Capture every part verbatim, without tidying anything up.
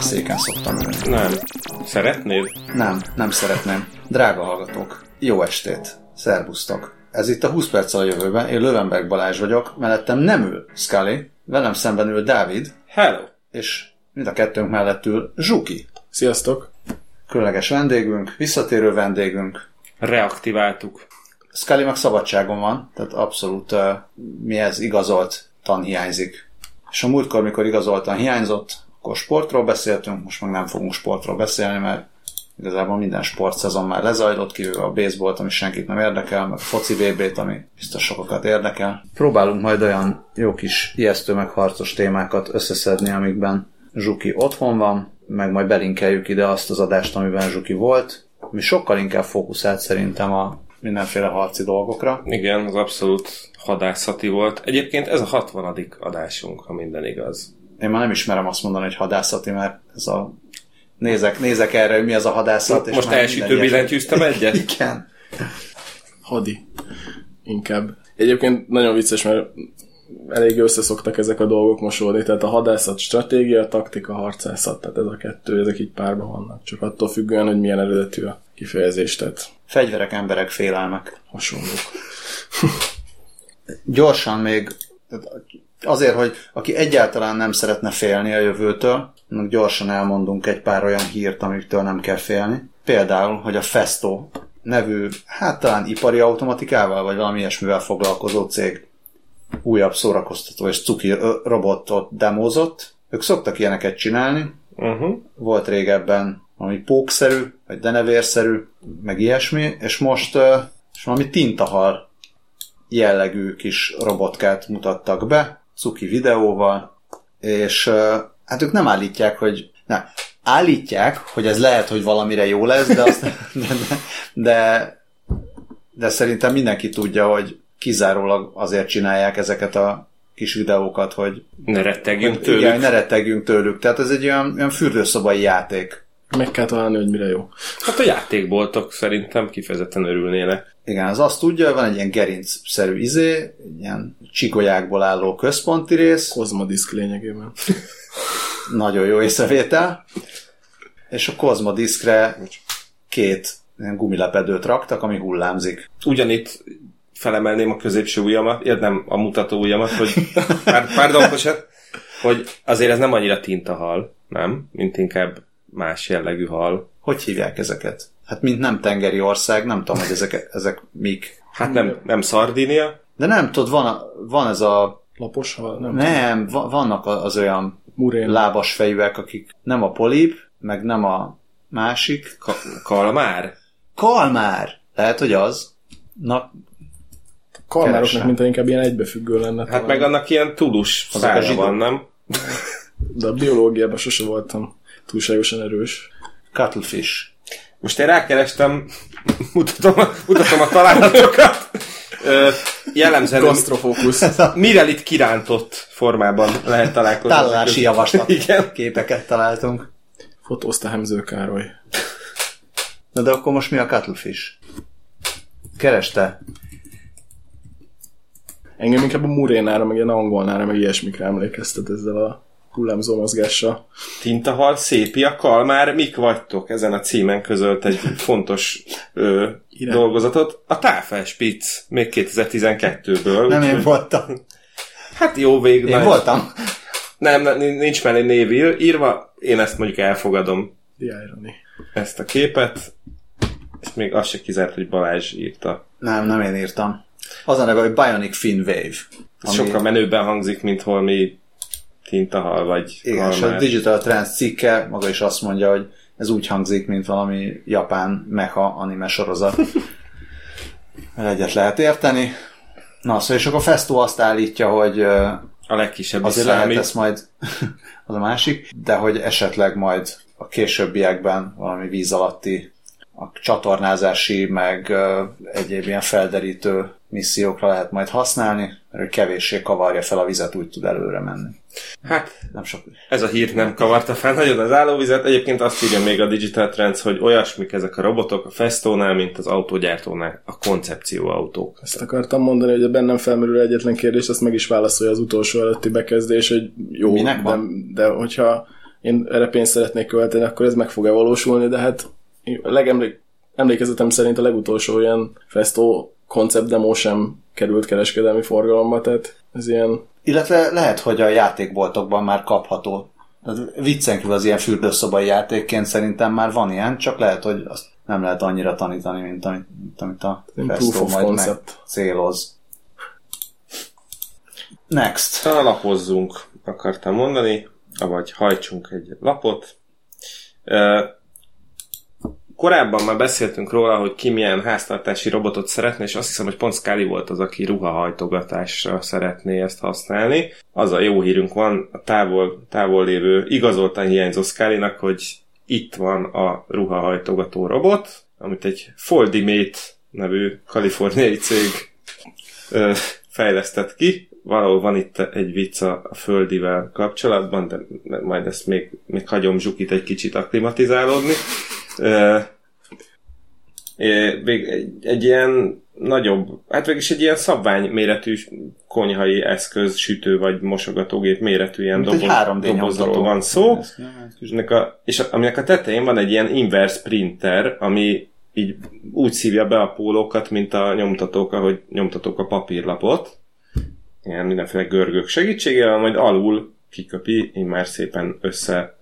széken szoktam ülni. Nem. Szeretnéd? Nem, nem szeretném. Drága hallgatók, jó estét. Szerbusztok. Ez itt a húsz perccel a jövőben. Én Löwenberg Balázs vagyok, mellettem nem ül Scully, velem szemben ül Dávid. Hello! És mind a kettőnk mellett ül Zsuki. Sziasztok! Különleges vendégünk, visszatérő vendégünk. Reaktiváltuk. Scully meg szabadságon van, tehát abszolút uh, mihez igazolt tan hiányzik. És a múltkor, mikor igazoltan hiányzott, akkor sportról beszéltünk, most meg nem fogunk sportról beszélni, mert igazából minden sportszezon már lezajlott, kivéve a baseballt, ami senkit nem érdekel, meg a foci vé bét, ami biztos sokakat érdekel. Próbálunk majd olyan jó kis ijesztő meg harcos témákat összeszedni, amikben Zsuki otthon van, meg majd belinkeljük ide azt az adást, amiben Zsuki volt. Mi sokkal inkább fókuszált szerintem a mindenféle harci dolgokra. Igen, az abszolút hadászati volt. Egyébként ez a hatvanadik adásunk, ha minden igaz. Én már nem ismerem azt mondani, hogy hadászati, mert ez a... Nézek, nézek erre, hogy mi az a hadászat. Most elsütő billentyűztem egyet? Igen. Hadi. Inkább. Egyébként nagyon vicces, mert elég összeszoktak ezek a dolgok mosódni, tehát a hadászat stratégia, a taktika, harcászat, tehát ez a kettő, ezek így párban vannak. Csak attól függően, hogy milyen eredetű a kifejezés, tehát fegyverek, emberek, félelmek. hasonlók. Gyorsan még, azért, hogy aki egyáltalán nem szeretne félni a jövőtől, gyorsan elmondunk egy pár olyan hírt, amiktől nem kell félni. Például, hogy a Festo nevű, hát talán ipari automatikával, vagy valami ilyesmivel foglalkozó cég újabb szórakoztató és cuki robotot demózott. Ők szoktak ilyeneket csinálni. Uh-huh. Volt régebben valami pókszerű, vagy denevérszerű, meg ilyesmi, és most, és valami tintahal jellegű kis robotkát mutattak be, cuki videóval, és hát ők nem állítják, hogy nem, állítják, hogy ez lehet, hogy valamire jó lesz, de, azt, de, de, de, de szerintem mindenki tudja, hogy kizárólag azért csinálják ezeket a kis videókat, hogy ne rettegjünk hogy, tőlük. Igen, ne rettegjünk tőlük. Tehát ez egy olyan, olyan fürdőszobai játék. Meg kell találni, hogy mire jó. Hát a játékboltok szerintem kifejezetten örülnének. Igen, az azt tudja, hogy van egy ilyen gerincszerű izé, egy ilyen csikolyákból álló központi rész. Kozmodisk lényegében. Nagyon jó észrevétel. És a kozmodiskre két ilyen gumilepedőt raktak, ami hullámzik. Ugyanitt felemelném a középső ujjamat, érdem a mutató ujjamat, hogy pár, pardon, bocsánat, hogy azért ez nem annyira tintahal, nem? Mint inkább más jellegű hal. Hogy hívják ezeket? Hát mint nem tengeri ország, nem tudom, hogy ezek, ezek mik. Hát nem, nem Szardinia. De nem tudod, van, a, van ez a... Lapos hal? Nem, nem va, vannak az olyan Murén. lábas fejűek, akik nem a polip, meg nem a másik. Ka- kalmár? Kalmár! Lehet, hogy az. Na, Kalmároknak keresem. mint inkább ilyen egybefüggő lenne. Hát talán. meg annak ilyen tudus Azok a szára zsidók. van, nem? De a biológiában sose voltam túlságosan erős. cuttlefish. Most én rákerestem, mutatom, a- mutatom a találatokat. Ö, jellemzően Gasztrofókusz. Mirelit kirántott formában lehet találkozni. Tálalási javaslat. Igen. Képeket találtunk. Fotózta Hemző Károly. Na de akkor most mi a cuttlefish? Kereste? Engem inkább a murénára, meg ilyen angolnára, meg ilyesmikre emlékeztet ezzel a hullámzó mozgással. Tintahal, szépia, kalmár, mik vagytok? Ezen a címen közölt egy fontos ö, dolgozatot. A Tafelspitz, még kétezer-tizenkettőből. Nem úgyhogy- én voltam. Hát jó vég. Én nagy- voltam. Nem, nem, nincs mellé név ír- írva. Én ezt mondjuk elfogadom, The Irony. ezt a képet. És még azt se kizárt, hogy Balázs írta. Nem, nem én írtam. Az a neve, hogy Bionic Fin Wave. Ez Ami- sokkal menőbben hangzik, mint holmi tintahal, vagy Igen, és a kalmár. Digital Trends cikke maga is azt mondja, hogy ez úgy hangzik, mint valami japán mecha anime sorozat. Egyet lehet érteni. Na, szóval és akkor Festo azt állítja, hogy ö, A legkisebb is azért lehet számít. ez majd az a másik, de hogy esetleg majd a későbbiekben valami víz alatti a csatornázási, meg ö, egyéb ilyen felderítő missziókra lehet majd használni, mert hogy kevéssé kavarja fel a vizet, úgy tud előre menni. Hát, Nem sok. ez a hír nem kavarta fel nagyon az állóvizet. Egyébként azt írja még a Digital Trends, hogy olyasmik ezek a robotok a Festónál, mint az autógyártónál a koncepcióautók. Ezt akartam mondani, hogy a bennem felmerül egyetlen kérdés, azt meg is válaszolja az utolsó előtti bekezdés, hogy jó, Minek de, van? de hogyha én erre pénzt szeretnék költeni, akkor ez meg fog-e valósulni, de hát a legemlék, emlékezetem szerint a legutolsó ilyen Festo koncept demo sem került kereskedelmi forgalomba, tehát ez ilyen... Illetve lehet, hogy a játékboltokban már kapható. Viccen kívül az ilyen fürdőszobai játékként szerintem már van ilyen, csak lehet, hogy azt nem lehet annyira tanítani, mint amit, mint amit a Festo majd megcéloz. Next. Talán lapozzunk, akartam mondani, vagy hajtsunk egy lapot. Korábban már beszéltünk róla, hogy ki milyen háztartási robotot szeretne, és azt hiszem, hogy pont Scully volt az, aki ruhahajtogatásra szeretné ezt használni. Az a jó hírünk van a távol, távol lévő, igazoltan hiányzó Scullynak, hogy itt van a ruhahajtogató robot, amit egy Foldimate nevű kaliforniai cég ö, fejlesztett ki. Valahol van itt egy vicc a, a földivel kapcsolatban, de majd ezt még, még hagyom Zsukit egy kicsit akklimatizálódni. Uh, egy, egy ilyen nagyobb, hát végülis egy ilyen szabvány méretű konyhai eszköz, sütő vagy mosogatógép méretű ilyen doboz, dobozról van szó, és, a, és aminek a tetején van egy ilyen inverse printer, ami így úgy szívja be a pólókat, mint a nyomtatók, ahogy nyomtatók a papírlapot, ilyen mindenféle görgők segítségével, majd alul kiköpi, így már szépen össze,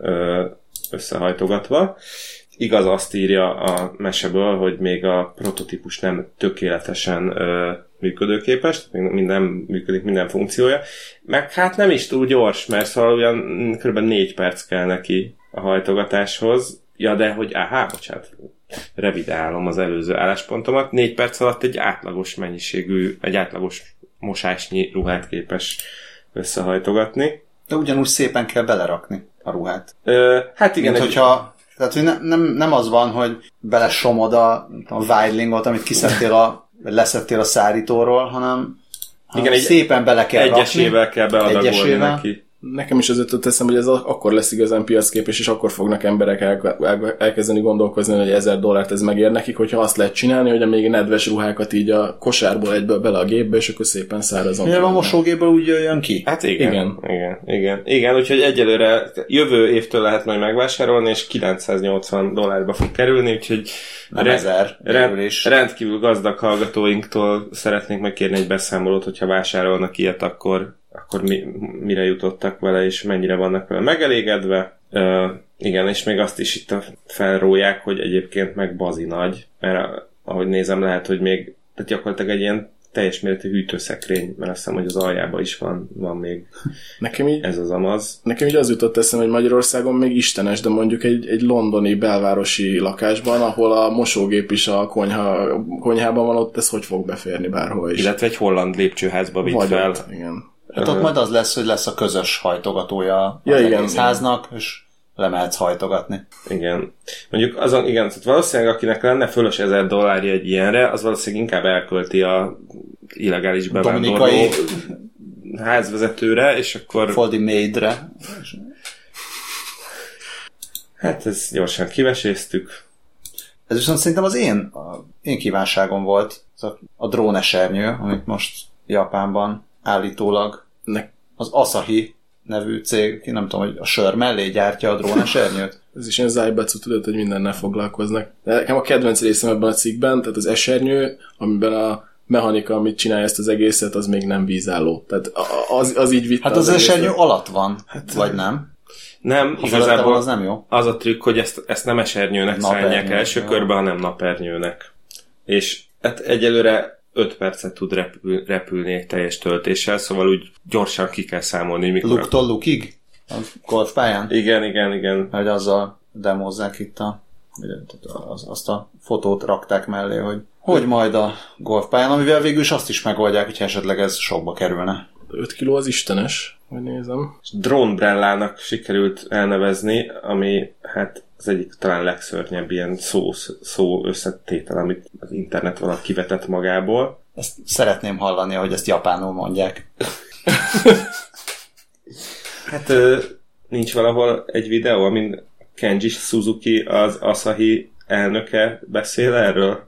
összehajtogatva. Igaz, azt írja a meseből, hogy még a prototípus nem tökéletesen ö, működőképes, még nem működik minden funkciója, meg hát nem is túl gyors, mert szóval olyan kb. négy perc kell neki a hajtogatáshoz. Ja, de hogy áhá, bocsánat, revidálom az előző álláspontomat, négy perc alatt egy átlagos mennyiségű, egy átlagos mosásnyi ruhát képes összehajtogatni. De ugyanúgy szépen kell belerakni a ruhát. Ö, hát igen. Mint egy... hogyha Tehát, hogy ne, nem, nem az van, hogy belesomod a, a Weidlingot, amit kiszedtél a, vagy leszettél a szárítóról, hanem, hanem igen, szépen bele kell rakni. Egyesével kell beadagolni neki. Nekem is az ötöt teszem, hogy ez akkor lesz igazán piacképes, és akkor fognak emberek el, el, elkezdeni gondolkozni, hogy ezer dollárt ez megér nekik, hogyha azt lehet csinálni, hogy a még nedves ruhákat így a kosárból egyből bele a gépbe, és akkor szépen szárazon. Mivel a mosógépből úgy jöjjön ki? Hát igen. Igen. Igen, igen. igen úgyhogy egyelőre jövő évtől lehet majd megvásárolni, és kilencszáznyolcvan dollárba fog kerülni, úgyhogy nem rend, ezer, rend, rendkívül gazdag hallgatóinktól szeretnénk megkérni egy beszámolót, hogyha vásárolnak ilyet, akkor akkor mi, mire jutottak vele, és mennyire vannak vele megelégedve. Uh, igen, és még azt is itt felróják, hogy egyébként meg bazi nagy, mert ahogy nézem, lehet, hogy még tehát gyakorlatilag egy ilyen teljes méretű hűtőszekrény, mert azt hiszem, hogy az aljában is van, van még nekem így, ez az amaz. Nekem így az jutott eszembe, hogy Magyarországon még istenes, de mondjuk egy, egy londoni belvárosi lakásban, ahol a mosógép is a konyha, konyhában van, ott ez hogy fog beférni bárhol is. Illetve egy holland lépcsőházba vitt fel. Ott, igen. Hát ott majd az lesz, hogy lesz a közös hajtogatója ja, az igen, egész igen. háznak, és lemehetsz hajtogatni. Igen. Mondjuk azon, igen, tehát valószínűleg akinek lenne fölös ezer dollárja egy ilyenre, az valószínűleg inkább elkölti a illegális bevándorló Dominikai... házvezetőre, és akkor... Foldi Maidre. Hát ezt gyorsan kiveséztük. Ez viszont szerintem az én, a, én kívánságom volt, a, a drónesernyő, amit most Japánban állítólag ne. az Asahi nevű cég, nem tudom, hogy a sör mellé gyártja a drónesernyőt. Ez is ilyen zájbecú, tudod, hogy mindennel foglalkoznak. De nekem a kedvenc részem ebben a cikkben, tehát az esernyő, amiben a mechanika, amit csinálja ezt az egészet, az még nem vízálló. Tehát az, az így vitte hát az, az esernyő alatt van, hát, vagy nem? Nem, ha igazából az nem jó. Az a trükk, hogy ezt, ezt nem esernyőnek szállják első körben, hanem napernyőnek. És hát egyelőre öt percet tud repül, repülni egy teljes töltéssel, szóval úgy gyorsan ki kell számolni, mikor... Luktól lukig? A golfpályán? Igen, igen, igen. Hogy azzal demozzák itt a... Az, azt a fotót rakták mellé, hogy hogy majd a golfpályán, amivel végül is azt is megoldják, hogyha esetleg ez sokba kerülne. öt kiló az istenes, hogy nézem. Drónbrellának sikerült elnevezni, ami hát az egyik talán legszörnyebb ilyen szó, szó összetétel, amit az internet valahogy kivetett magából. Ezt szeretném hallani, hogy ezt japánul mondják. Hát nincs valahol egy videó, amin Kenji Suzuki, az Asahi elnöke beszél erről?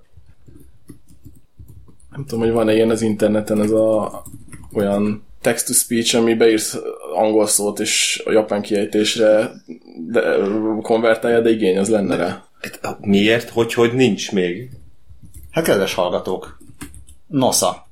Nem tudom, hogy van-e ilyen az interneten ez a olyan text-to-speech, ami beírsz angol szót is a japán kiejtésre de, konvertálja, de igény az lenne rá. Miért? Hogy, hogy nincs még? Hát kedves hallgatók, nosza.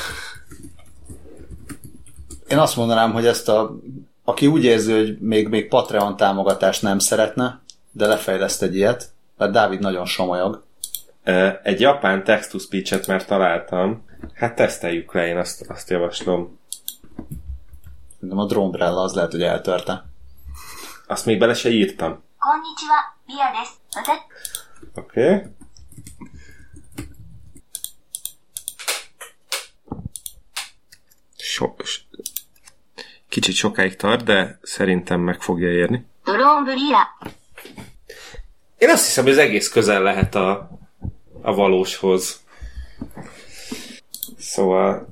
Én azt mondanám, hogy ezt a... Aki úgy érzi, hogy még, még Patreon támogatást nem szeretne, de lefejleszt egy ilyet, mert Dávid nagyon somolyog. Egy japán text-to-speech-et már találtam. Hát teszteljük le, én azt, azt javaslom. Szerintem a Drónbrella az lehet, hogy eltörte. Azt még bele se írtam. Konnichiwa, Bia desu. Oké. Okay. So, kicsit sokáig tart, de szerintem meg fogja érni. Drónbrella. Én azt hiszem, hogy ez egész közel lehet a, a valóshoz. Szóval...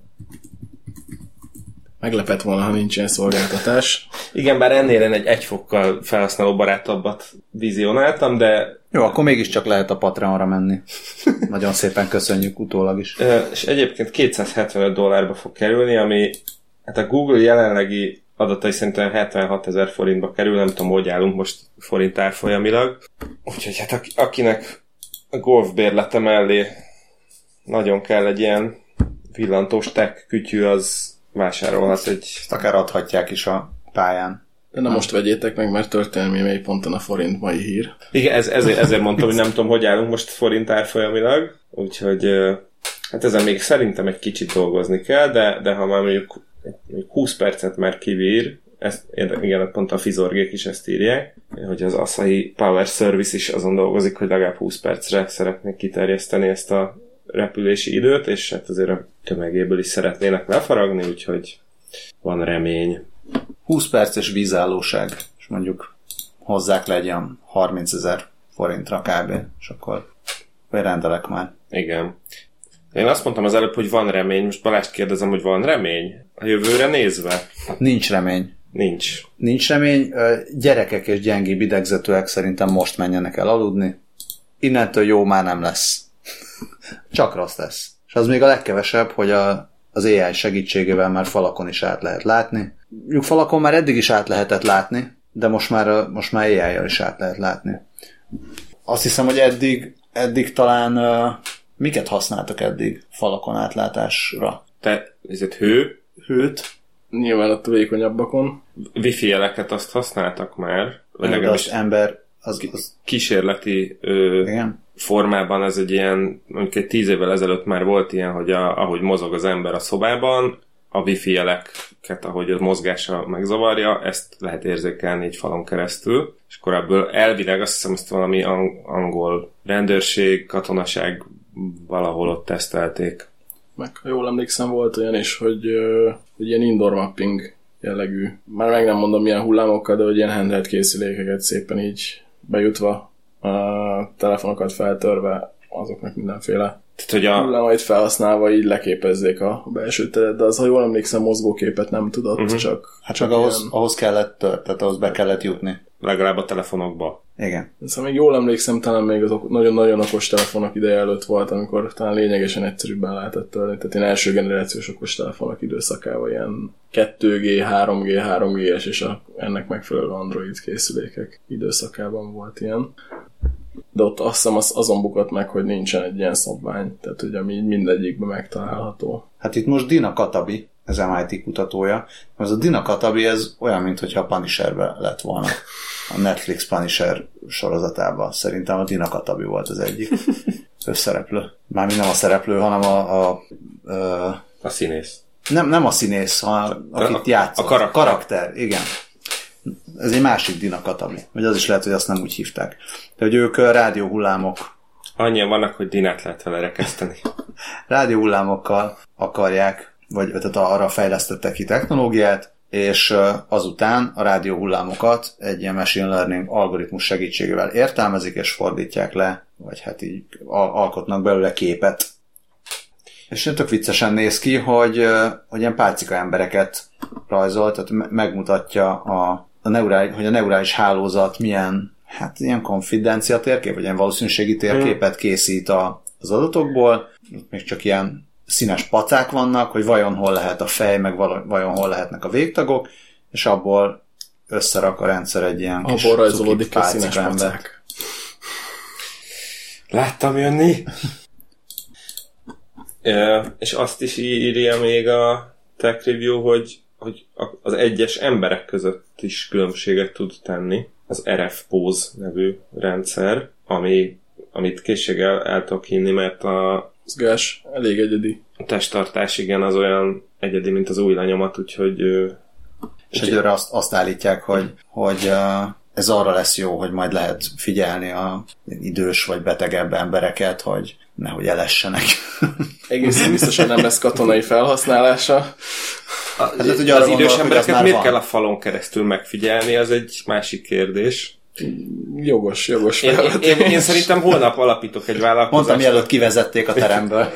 Meglepett volna, ha nincs ilyen szolgáltatás. Igen, bár ennél én egy egy fokkal felhasználóbarátabbat vizionáltam, de... Jó, akkor mégiscsak lehet a Patreonra menni. Nagyon szépen köszönjük utólag is. És egyébként kétszázhetvenöt dollárba fog kerülni, ami hát a Google jelenlegi adatai szerintem hetvenhatezer forintba kerül, nem tudom, hogy állunk most forint árfolyamilag. Úgyhogy hát akinek a golf bérlete mellé nagyon kell egy ilyen villantós tech kütyű, az vásárolhat egy... Ezt akár adhatják is a pályán. De na most vegyétek meg, mert történelmi mélyponton a forint mai hír. Igen, ez, ezért, ezért mondtam, hogy nem tudom, hogy állunk most forint árfolyamilag, úgyhogy hát ezen még szerintem egy kicsit dolgozni kell, de, de ha már mondjuk húsz percet már kivír, ezt, igen, pont a fizorgék is ezt írják, hogy az Asahi Power Service is azon dolgozik, hogy legalább húsz percre szeretnék kiterjeszteni ezt a repülési időt, és hát azért a tömegéből is szeretnének lefaragni, úgyhogy van remény. húsz perces vízállóság, és mondjuk hozzák le egy olyan harmincezer forintra kb. És akkor vagy rendelek már. Igen. Én azt mondtam az előbb, hogy van remény, most Balást kérdezem, hogy van remény? A jövőre nézve? Nincs remény. Nincs. Nincs remény. Gyerekek és gyengébb idegzetűek szerintem most menjenek el aludni. Innentől jó már nem lesz. Csak rossz lesz. És az még a legkevesebb, hogy a, az á i segítségével már falakon is át lehet látni. Mondjuk falakon már eddig is át lehetett látni, de most már, most már á i-jal is át lehet látni. Azt hiszem, hogy eddig, eddig talán uh, miket használtak eddig falakon átlátásra? Te, ez egy hő? Hőt? Nyilván ott a vékonyabbakon. Wifi jeleket azt használtak már. Vagy De az ember... Az, az... kísérleti ö, Igen? formában ez egy ilyen, mondjuk egy tíz évvel ezelőtt már volt ilyen, hogy a, ahogy mozog az ember a szobában, a wifi jeleket, ahogy a mozgása megzavarja, ezt lehet érzékelni egy falon keresztül, és akkor ebből elvileg azt hiszem, ezt valami angol rendőrség, katonaság valahol ott tesztelték. Meg, ha jól emlékszem, volt olyan is, hogy, hogy ilyen indoor mapping jellegű, már meg nem mondom milyen hullámokkal, de hogy ilyen handheld készülékeket szépen így bejutva, a telefonokat feltörve, azoknak mindenféle Tehát, hogy a... hullámait felhasználva így leképezzék a belső teret, de az, ha jól emlékszem, mozgóképet nem tudott, uh-huh. csak... Hát csak csak ahhoz, ilyen... ahhoz kellett, tehát ahhoz be kellett jutni. Legalább a telefonokba. Igen. Szóval még jól emlékszem, talán még az ok- nagyon-nagyon okos telefonok ideje előtt volt, amikor talán lényegesen egyszerűbben lehetett törni. Tehát én első generációs okos telefonok időszakában ilyen kettő G, három G, három G-es és a, ennek megfelelő Android készülékek időszakában volt ilyen. De ott azt hiszem az, azon bukott meg, hogy nincsen egy ilyen szabvány, tehát hogy ami mindegyikben megtalálható. Hát itt most Dina Katabi, ez em i té kutatója, ez a Dina Katabi ez olyan, mintha a Punisherbe lett volna. A Netflix Punisher sorozatában szerintem a Dina Katabi volt az egyik összereplő. Mármint nem a szereplő, hanem a... A, a, a színész. Nem, nem a színész, hanem akit a, játszott. A karakter. karakter. Igen. Ez egy másik Dina Katabi. Vagy az is lehet, hogy azt nem úgy hívták. De hogy ők rádióhullámok. Annyian vannak, hogy Dinát lehet vele rekeszteni. Rádióhullámokkal akarják, vagy tehát arra fejlesztettek ki technológiát, és azután a rádióhullámokat egy ilyen machine learning algoritmus segítségével értelmezik, és fordítják le, vagy hát így alkotnak belőle képet. És tök viccesen néz ki, hogy, hogy ilyen pálcika embereket rajzol, tehát megmutatja, a, a neurális, hogy a neurális hálózat milyen, hát ilyen konfidencia térkép, vagy ilyen valószínűségi térképet készít a, az adatokból, még csak ilyen színes pacák vannak, hogy vajon hol lehet a fej, meg vajon hol lehetnek a végtagok, és abból összerak a rendszer egy ilyen kis abból rajzolódik cuki a színes pálcika embert. macák. Láttam jönni. Ö, és azt is írja még a Tech Review, hogy, hogy az egyes emberek között is különbséget tud tenni. Az er ef Pose nevű rendszer, ami, amit készséggel el tudok hinni, mert a mozgás elég egyedi. A testtartás, igen, az olyan egyedi, mint az új lenyomat, úgyhogy... És egyőre azt, azt állítják, hogy, hogy ez arra lesz jó, hogy majd lehet figyelni a idős vagy betegebb embereket, hogy nehogy elessenek. Egészen biztosan nem lesz katonai felhasználása. A, hát, az az idős embereket miért van? Kell a falon keresztül megfigyelni, az egy másik kérdés. Jogos, jogos én, én, én, én szerintem holnap alapítok egy vállalkozást. Mondtam, mielőtt kivezették a teremből.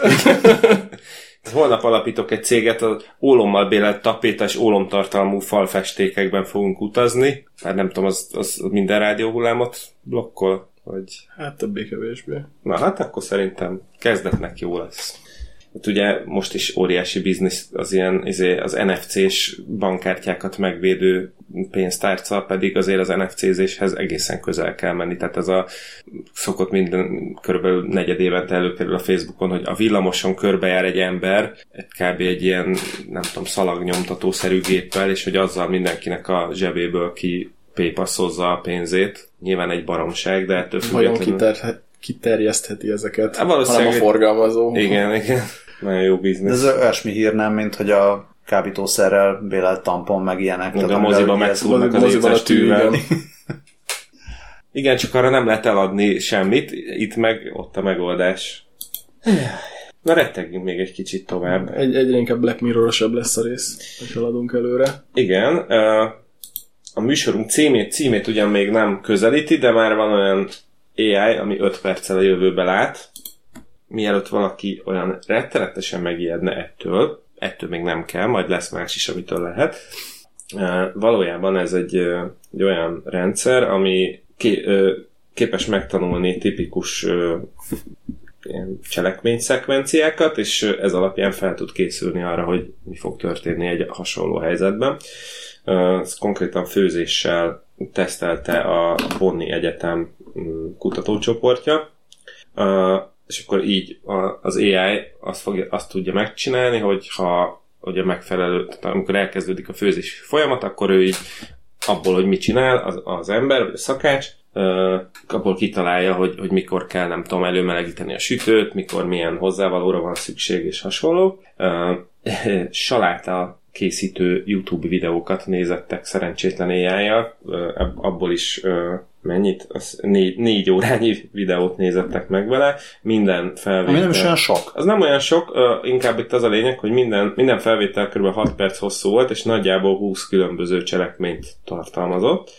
Holnap alapítok egy céget, az ólommal bélelt tapéta és ólomtartalmú falfestékekben fogunk utazni. Hát nem tudom, az, az minden rádióhullámot blokkol? Vagy... Hát többé-kevésbé. Na hát akkor szerintem kezdetnek jó lesz. Hát ugye most is óriási biznisz az ilyen az en ef cés bankkártyákat megvédő pénztárca, pedig azért az en ef cézéshez egészen közel kell menni. Tehát ez a szokott minden körülbelül negyed évente előkerül a Facebookon, hogy a villamoson körbejár egy ember, egy kb. Egy ilyen, nem tudom, szalagnyomtatószerű géppel, és hogy azzal mindenkinek a zsebéből ki paypasszozza a pénzét. Nyilván egy baromság, de ettől függetlenül... Vajon kiterjesztheti ezeket, hát hanem a forgalmazó. Igen, igen. Nagyon jó biznisz. De ez olyasmi hír nem, mint hogy a kábítószerrel bélelt tampon meg ilyenek. De a moziban megszúrnak az éces tűvel. Igen, csak arra nem lehet eladni semmit, itt meg ott a megoldás. Na rettegjünk még egy kicsit tovább. Egy, egyre inkább Black Mirror-osabb lesz a rész, hogy haladunk előre. Igen, a műsorunk címét, címét ugyan még nem közelíti, de már van olyan á i, ami öt perccel a jövőbe lát, mielőtt valaki olyan rettenetesen megijedne ettől, ettől még nem kell, majd lesz más is, amitől lehet. Valójában ez egy, egy olyan rendszer, ami képes megtanulni tipikus cselekményszekvenciákat, és ez alapján fel tud készülni arra, hogy mi fog történni egy hasonló helyzetben. Ez konkrétan főzéssel tesztelte a Bonni Egyetem kutatócsoportja, és akkor így az á i azt, fogja, azt tudja megcsinálni, hogy ha ugye megfelelő, tehát amikor elkezdődik a főzés folyamat, akkor ő így abból, hogy mit csinál az, az ember, vagy a szakács, abból kitalálja, hogy, hogy mikor kell, nem tudom, előmelegíteni a sütőt, mikor milyen hozzávalóra van szükség, és hasonló. Saláta készítő YouTube videókat nézettek szerencsétlen á i-jal, abból is mennyit? Az négy, négy órányi videót nézettek meg vele, minden felvétel... Ami nem is olyan sok. Az nem olyan sok, inkább itt az a lényeg, hogy minden, minden felvétel kb. hat perc hosszú volt, és nagyjából húsz különböző cselekményt tartalmazott,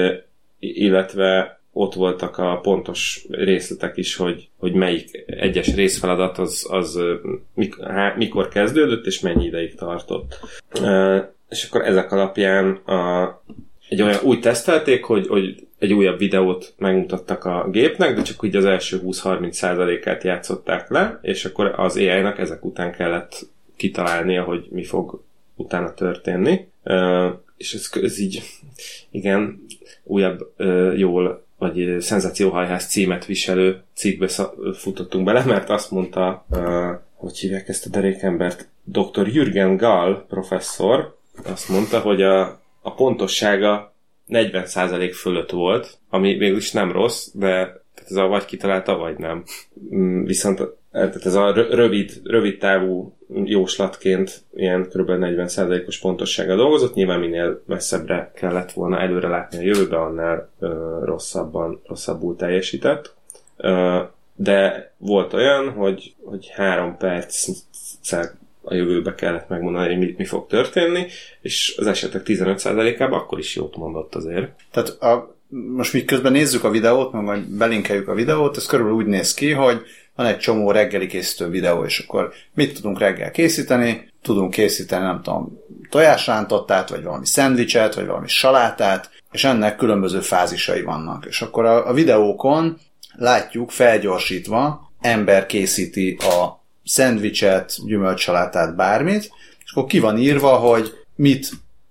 illetve ott voltak a pontos részletek is, hogy, hogy melyik egyes részfeladat az, az mikor kezdődött, és mennyi ideig tartott. És akkor ezek alapján a, egy olyan úgy tesztelték, hogy, hogy egy újabb videót megmutattak a gépnek, de csak úgy az első húsz-harminc százalékát játszották le, és akkor az á i-nak ezek után kellett kitalálnia, hogy mi fog utána történni. És ez, ez így, igen, újabb jól vagy szenzációhajház címet viselő cikkbe futottunk bele, mert azt mondta, uh, hogy hívják ezt a derékembert, doktor Jürgen Gall professzor, azt mondta, hogy a, a pontossága negyven százalék fölött volt, ami végülis nem rossz, de ez a vagy kitalálta, vagy nem. Viszont ez a rövid, rövid távú jóslatként ilyen kb. negyven százalékos pontossággal dolgozott, nyilván minél messzebbre kellett volna előre látni a jövőbe, annál ö, rosszabban, rosszabbul teljesített. Ö, de volt olyan, hogy, hogy három perccel a jövőbe kellett megmondani, hogy mi, mi fog történni, és az esetek tizenöt százalékában akkor is jót mondott azért. Tehát a, most mi közben nézzük a videót, meg majd belinkeljük a videót, ez körülbelül úgy néz ki, hogy van egy csomó reggeli készítő videó, és akkor mit tudunk reggel készíteni? Tudunk készíteni, nem tudom, tojásrántottát, vagy valami szendvicset, vagy valami salátát, és ennek különböző fázisai vannak. És akkor a, a videókon látjuk felgyorsítva, ember készíti a szendvicset, gyümölcsalátát, bármit, és akkor ki van írva, hogy mit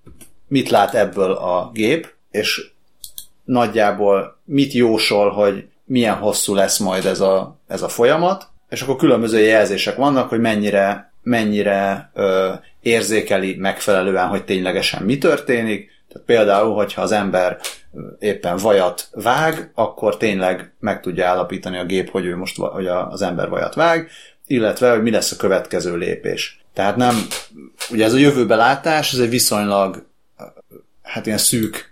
mit lát ebből a gép, és nagyjából mit jósol, hogy milyen hosszú lesz majd ez a, ez a folyamat, és akkor különböző jelzések vannak, hogy mennyire, mennyire ö, érzékeli megfelelően, hogy ténylegesen mi történik. Tehát például, hogyha az ember éppen vajat vág, akkor tényleg meg tudja állapítani a gép, hogy ő most hogy az ember vajat vág, illetve, hogy mi lesz a következő lépés. Tehát nem, ugye ez a jövőbelátás, ez egy viszonylag hát ilyen szűk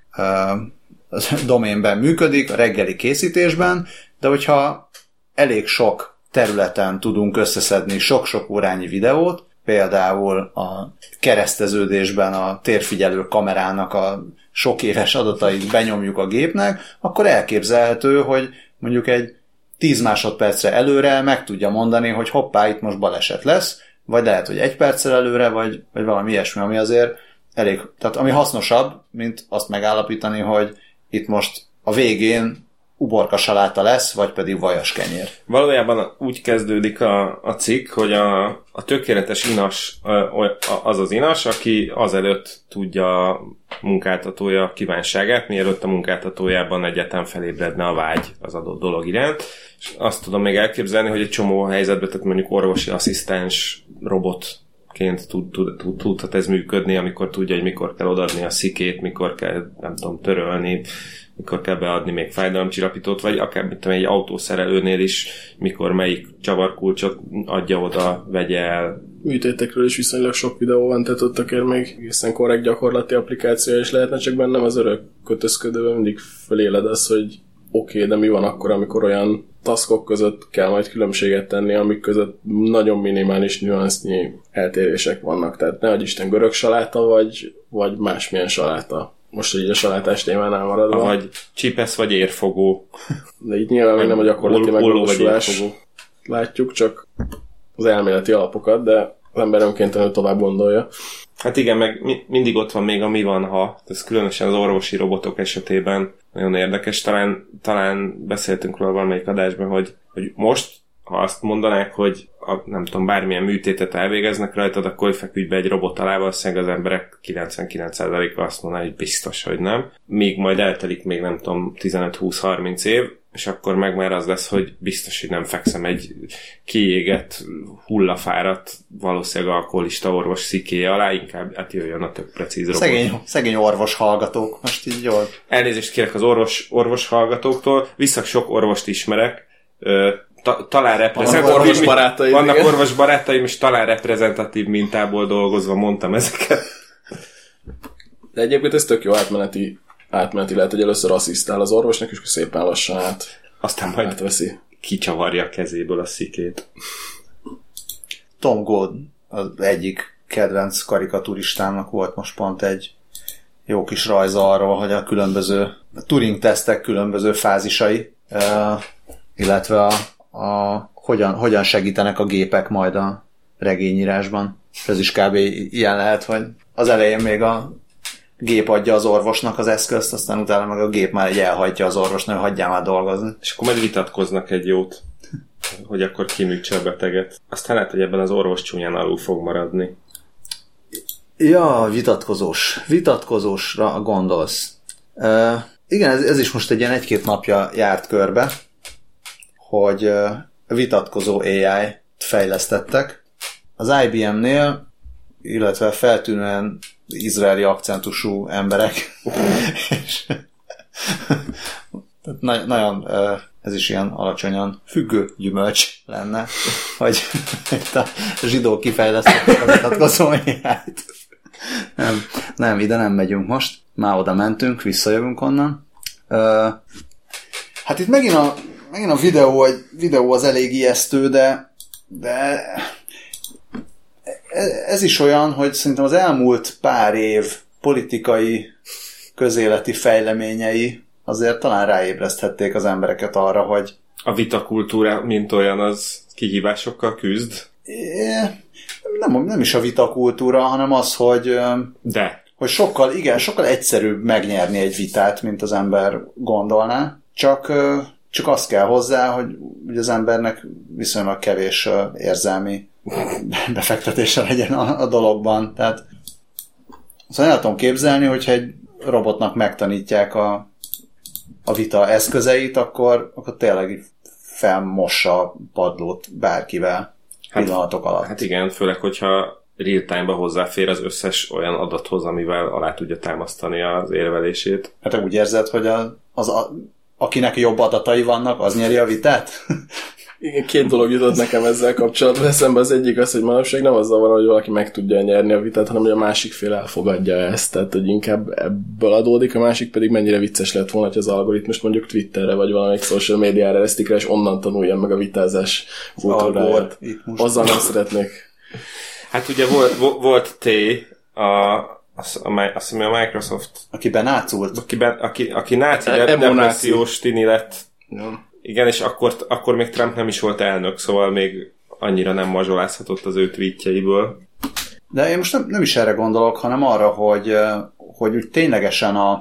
uh, doménben működik, a reggeli készítésben, de hogyha elég sok területen tudunk összeszedni sok-sok órányi videót, például a kereszteződésben a térfigyelő kamerának a sok éves adatait benyomjuk a gépnek, akkor elképzelhető, hogy mondjuk egy tíz másodpercre előre meg tudja mondani, hogy hoppá, itt most baleset lesz, vagy lehet, hogy egy perccel előre, vagy, vagy valami ilyesmi, ami azért elég, tehát ami hasznosabb, mint azt megállapítani, hogy itt most a végén uborka saláta lesz, vagy pedig vajas kenyér. Valójában úgy kezdődik a, a cikk, hogy a, a tökéletes inas az az inas, aki azelőtt tudja a munkáltatója kívánságát, mielőtt a munkáltatójában egyáltalán felébredne a vágy az adott dolog iránt. És azt tudom még elképzelni, hogy egy csomó helyzetben, tehát mondjuk orvosi asszisztens robotként tud, tud, tud, tudhat ez működni, amikor tudja, hogy mikor kell odaadni a szikét, mikor kell, nem tudom, törölni, mikor kell beadni még fájdalomcsillapítót, vagy akár mint egy autószerelőnél is, mikor melyik csavarkulcsot adja oda, vegye el. Műtétekről is viszonylag sok videó van, tehát ott akár még egészen korrekt gyakorlati applikáció is lehetne, csak bennem az örök kötözködőben mindig föléled az, hogy oké, okay, de mi van akkor, amikor olyan taskok között kell majd különbséget tenni, amik között nagyon minimális nüansznyi eltérések vannak. Tehát nehogy Isten görög saláta, vagy, vagy másmilyen saláta. Most, hogy így a salátás témánál maradva. Vagy csipesz, vagy érfogó. De így nyilván még nem a gyakorlati megvalósulás látjuk, csak az elméleti alapokat, de az ember önkéntelenül tovább gondolja. Hát igen, meg mi, mindig ott van még a mi van, ha. Ez különösen az orvosi robotok esetében nagyon érdekes. Talán, talán beszéltünk róla valamelyik adásban, hogy, hogy most, ha azt mondanák, hogy a, nem tudom, bármilyen műtétet elvégeznek rajtad, akkor feküdj be egy robot alá, valószínűleg az emberek kilencvenkilenc százaléka azt mondaná, hogy biztos, hogy nem. Míg majd eltelik még nem tudom tizenöt-húsz-harminc év, és akkor meg már az lesz, hogy biztos, hogy nem fekszem egy kiégett, hullafáradt, valószínűleg alkoholista orvos szikéje alá, inkább hát jöjjön a tök precíz robot. Szegény, szegény orvos hallgatók, most így jól. Elnézést kérek az orvos, orvos hallgatóktól, visszak sok orvost ismerek, Ta, talán reprezentatív, vannak orvos barátaim, vannak orvos barátaim, és talán reprezentatív mintából dolgozva mondtam ezeket. De egyébként ez tök jó átmeneti, átmeneti lehet, hogy először asszisztál az orvosnak, és szépen lassan át, aztán majd átveszi. Kicsavarja a kezéből a szikét. Tom Gold az egyik kedvenc karikaturistának volt most pont egy jó kis rajza arról, hogy a különböző Turing-tesztek különböző fázisai, illetve a A, hogyan, hogyan segítenek a gépek majd a regényírásban. Ez is kb. Ilyen lehet, hogy az elején még a gép adja az orvosnak az eszközt, aztán utána meg a gép már egy elhajtja az orvosnak, hogy hagyjál már dolgozni. És akkor majd vitatkoznak egy jót, hogy akkor kiműtse a beteget. Aztán lehet, hogy ebben az orvos csúnyán alul fog maradni. Ja, vitatkozós. Vitatkozósra gondolsz. Uh, igen, ez, ez is most egy ilyen egy-két napja járt körbe, hogy vitatkozó á í-t fejlesztettek. Az I B M-nél, illetve feltűnően izraeli akcentusú emberek. És na- nagyon, ez is ilyen alacsonyan függő gyümölcs lenne, hogy itt a zsidók kifejlesztettek a vitatkozó á í-t. Nem, nem, ide nem megyünk most. Már oda mentünk, visszajövünk onnan. Hát itt megint a Megint a videó, egy videó az elég ijesztő, de, de ez is olyan, hogy szerintem az elmúlt pár év politikai, közéleti fejleményei azért talán ráébreszthették az embereket arra, hogy a vitakultúra, mint olyan, az kihívásokkal küzd? Nem, nem is a vitakultúra, hanem az, hogy, de. hogy sokkal, igen, sokkal egyszerűbb megnyerni egy vitát, mint az ember gondolná. Csak... Csak azt kell hozzá, hogy az embernek viszonylag kevés érzelmi befektetése legyen a, a dologban. Tehát Szóval el tudom képzelni, hogyha egy robotnak megtanítják a, a vita eszközeit, akkor, akkor tényleg felmossa a padlót bárkivel hát, pillanatok alatt. Hát igen, főleg, hogyha real-time-ba hozzáfér az összes olyan adathoz, amivel alá tudja támasztani az érvelését. Hát úgy érzed, hogy a, az, a, akinek jobb adatai vannak, az nyeri a vitát? Igen, két dolog jutott nekem ezzel kapcsolatban eszembe. Az egyik az, hogy manapság nem azzal van, hogy valaki meg tudja nyerni a vitát, hanem hogy a másik fél elfogadja ezt. Tehát, hogy inkább ebből adódik, a másik pedig mennyire vicces lett volna, hogy az algoritmus mondjuk Twitterre vagy valamelyik social médiára eresztik rá, és onnan tanuljam meg a vitázás kultúráját. Azzal nem szeretnék. Hát ugye volt, volt T, a, azt hiszem a Microsoft. Akiben nácult. Akiben, aki, aki náci de, depressziós tini lett. Ja. Igen, és akkor, akkor még Trump nem is volt elnök, szóval még annyira nem mazsolázhatott az ő tweetjeiből. De én most nem, nem is erre gondolok, hanem arra, hogy, hogy úgy ténylegesen a,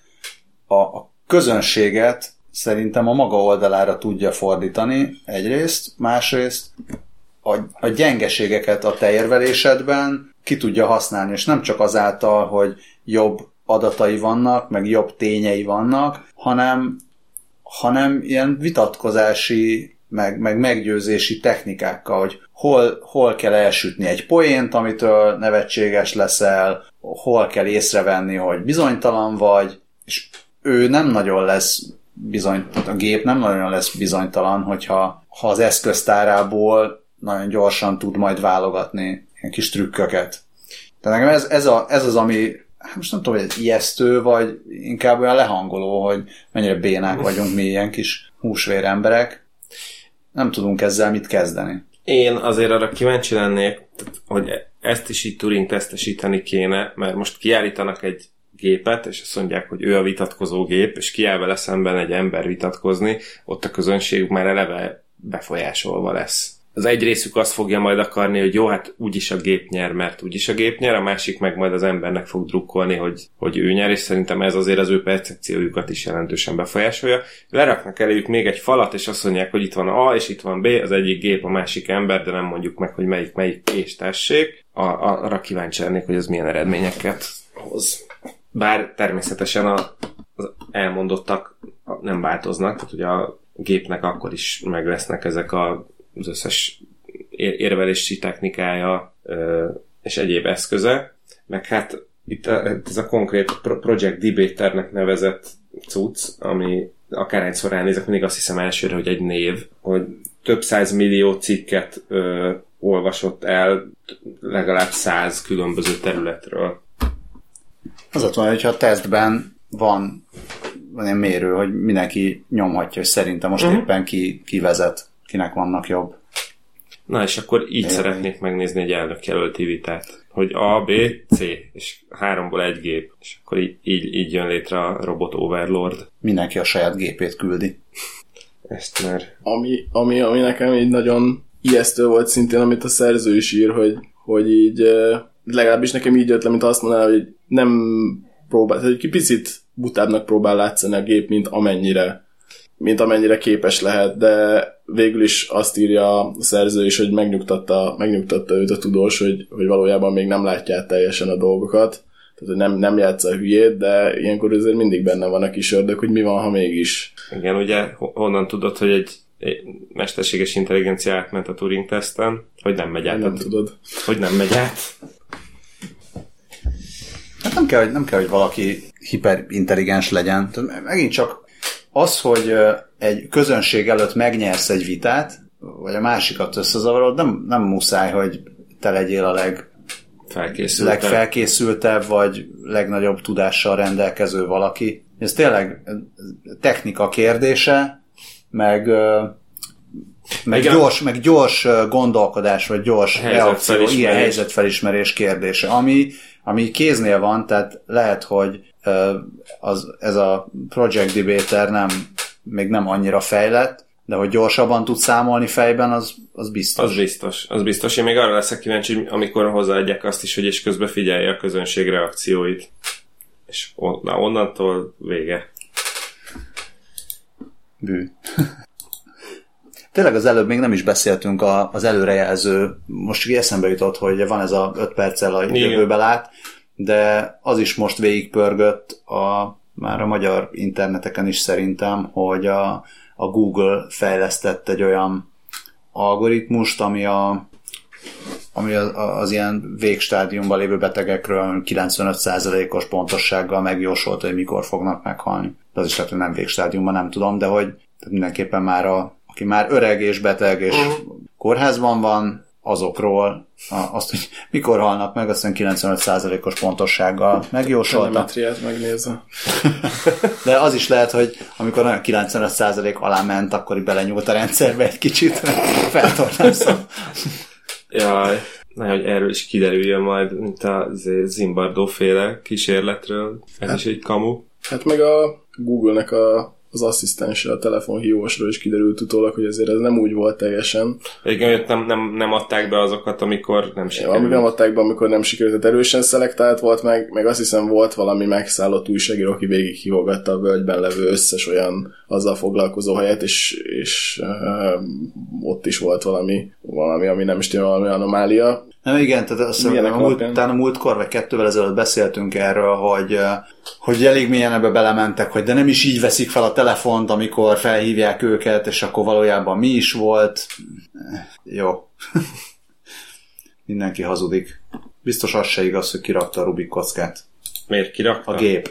a, a közönséget szerintem a maga oldalára tudja fordítani egyrészt, másrészt a, a gyengeségeket a te érvelésedben ki tudja használni, és nem csak azáltal, hogy jobb adatai vannak, meg jobb tényei vannak, hanem hanem ilyen vitatkozási, meg, meg meggyőzési technikákkal, hogy hol, hol kell elsütni egy poént, amitől nevetséges leszel, hol kell észrevenni, hogy bizonytalan vagy, és ő nem nagyon lesz bizonytalan, a gép nem nagyon lesz bizonytalan, hogyha ha az eszköztárából nagyon gyorsan tud majd válogatni ilyen kis trükköket. Tehát nekem ez, ez, a, ez az, ami most nem tudom, hogy ez ijesztő, vagy inkább olyan lehangoló, hogy mennyire bénák vagyunk mi ilyen kis húsvér emberek. Nem tudunk ezzel mit kezdeni. Én azért arra kíváncsi lennék, hogy ezt is így Turing-tesztesíteni kéne, mert most kiállítanak egy gépet, és azt mondják, hogy ő a vitatkozó gép, és kiáll vele szemben egy ember vitatkozni, ott a közönség már eleve befolyásolva lesz. Az egy részük azt fogja majd akarni, hogy jó, hát úgyis a gép nyer, mert úgyis a gép nyer, a másik meg majd az embernek fog drukkolni, hogy, hogy ő nyer, és szerintem ez azért az ő percepciójukat is jelentősen befolyásolja. Leraknak eléjük még egy falat, és azt mondják, hogy itt van A, és itt van B, az egyik gép, a másik ember, de nem mondjuk meg, hogy melyik melyik és tessék. A, a, arra kíváncsi lennék, hogy ez milyen eredményeket hoz. Bár természetesen a, az elmondottak nem változnak, tehát ugye a gépnek akkor is meg lesznek ezek a az összes érvelési technikája és egyéb eszköze, meg hát itt ez a konkrét Project Debaternek nevezett cucc, ami akárhányszor elnézek, mindig azt hiszem elsőre, hogy egy név, hogy több száz millió cikket ö, olvasott el legalább száz különböző területről. Az ott van, hogyha a tesztben van, van egy mérő, hogy mindenki nyomhatja, hogy szerintem most uh-huh. éppen ki, ki vezet, kinek vannak jobb. Na, és akkor így Én szeretnék megnézni egy elnökjelölti vitát, hogy A, B, C, és háromból egy gép, és akkor így, így, így jön létre a robot overlord. Mindenki a saját gépét küldi. Ezt már... Ami, ami, ami nekem így nagyon ijesztő volt szintén, amit a szerző is ír, hogy, hogy így legalábbis nekem így jött le, mint azt mondaná, hogy nem próbál, tehát egy picit butábbnak próbál látszani a gép, mint amennyire mint amennyire képes lehet, de végül is azt írja a szerző is, hogy megnyugtatta, megnyugtatta őt a tudós, hogy, hogy valójában még nem látja teljesen a dolgokat, tehát hogy nem, nem játsza a hülyét, de ilyenkor azért mindig benne van a kis ördög, hogy mi van, ha mégis. Igen, ugye honnan tudod, hogy egy, egy mesterséges intelligencia átment a Turing-teszten, hogy nem megy át. Nem a, tudod. Hogy nem megy át. Hát nem kell, hogy, nem kell, hogy valaki hiperintelligens legyen. Tehát megint csak az, hogy egy közönség előtt megnyersz egy vitát, vagy a másikat összezavarod, nem, nem muszáj, hogy te legyél a leg, legfelkészültebb, vagy legnagyobb tudással rendelkező valaki. Ez tényleg technika kérdése, meg, meg, gyors, meg gyors gondolkodás, vagy gyors reakció, ilyen helyzetfelismerés kérdése, ami, ami kéznél van, tehát lehet, hogy az, ez a Project Debater nem, még nem annyira fejlett, de hogy gyorsabban tud számolni fejben, az, az biztos. Az biztos, az biztos. Én még arra leszek kíváncsi, hogy amikor hozzáadják azt is, hogy és közben figyelje a közönség reakcióit. És on, na, onnantól vége. Bű. Tényleg az előbb még nem is beszéltünk a, az előrejelző, most csak eszembe jutott, hogy van ez a öt perccel a jövőbe lát, de az is most végigpörgött a, már a magyar interneteken is szerintem, hogy a, a Google fejlesztett egy olyan algoritmust, ami a ami az, az ilyen végstádiumban lévő betegekről kilencvenöt százalékos pontossággal megjósolta, hogy mikor fognak meghalni. De az is lehet, hogy nem végstádiumban, nem tudom, de hogy tehát mindenképpen már a, aki már öreg és beteg és uh-huh. kórházban van, azokról azt, hogy mikor halnak meg, aztán kilencvenöt százalékos pontossággal megjósolta. Telemetriát megnézze. De az is lehet, hogy amikor olyan kilencvenöt százalék alá ment, akkor belenyúlt a rendszerbe egy kicsit, feltornázza. Jaj, nehogy erről is kiderüljön majd, mint a Zimbardo-féle kísérletről. Ez hát, is egy kamu. Hát meg a Google-nek a, az asszisztense, a telefonhívósról is kiderült utólag, hogy azért ez nem úgy volt teljesen. Igen, nem, nem, nem adták be azokat, amikor nem sikerült. Ja, amikor nem adták be, amikor nem sikerült. Tehát erősen szelektált volt, meg, meg azt hiszem volt valami megszállott újságíró, aki végig hívogatta a völgyben levő összes olyan azzal foglalkozó helyet, és, és uh, ott is volt valami, valami, ami nem is tudom, valami anomália. Nem, igen, tehát azt a, a, múlt, a múltkor, vagy kettővel ezelőtt beszéltünk erről, hogy, hogy elég mélyen ebbe belementek, hogy de nem is így veszik fel a telefont, amikor felhívják őket, és akkor valójában mi is volt. Jó. Mindenki hazudik. Biztos az se igaz, hogy kirakta a Rubik kockát. Miért kirakta? A gép.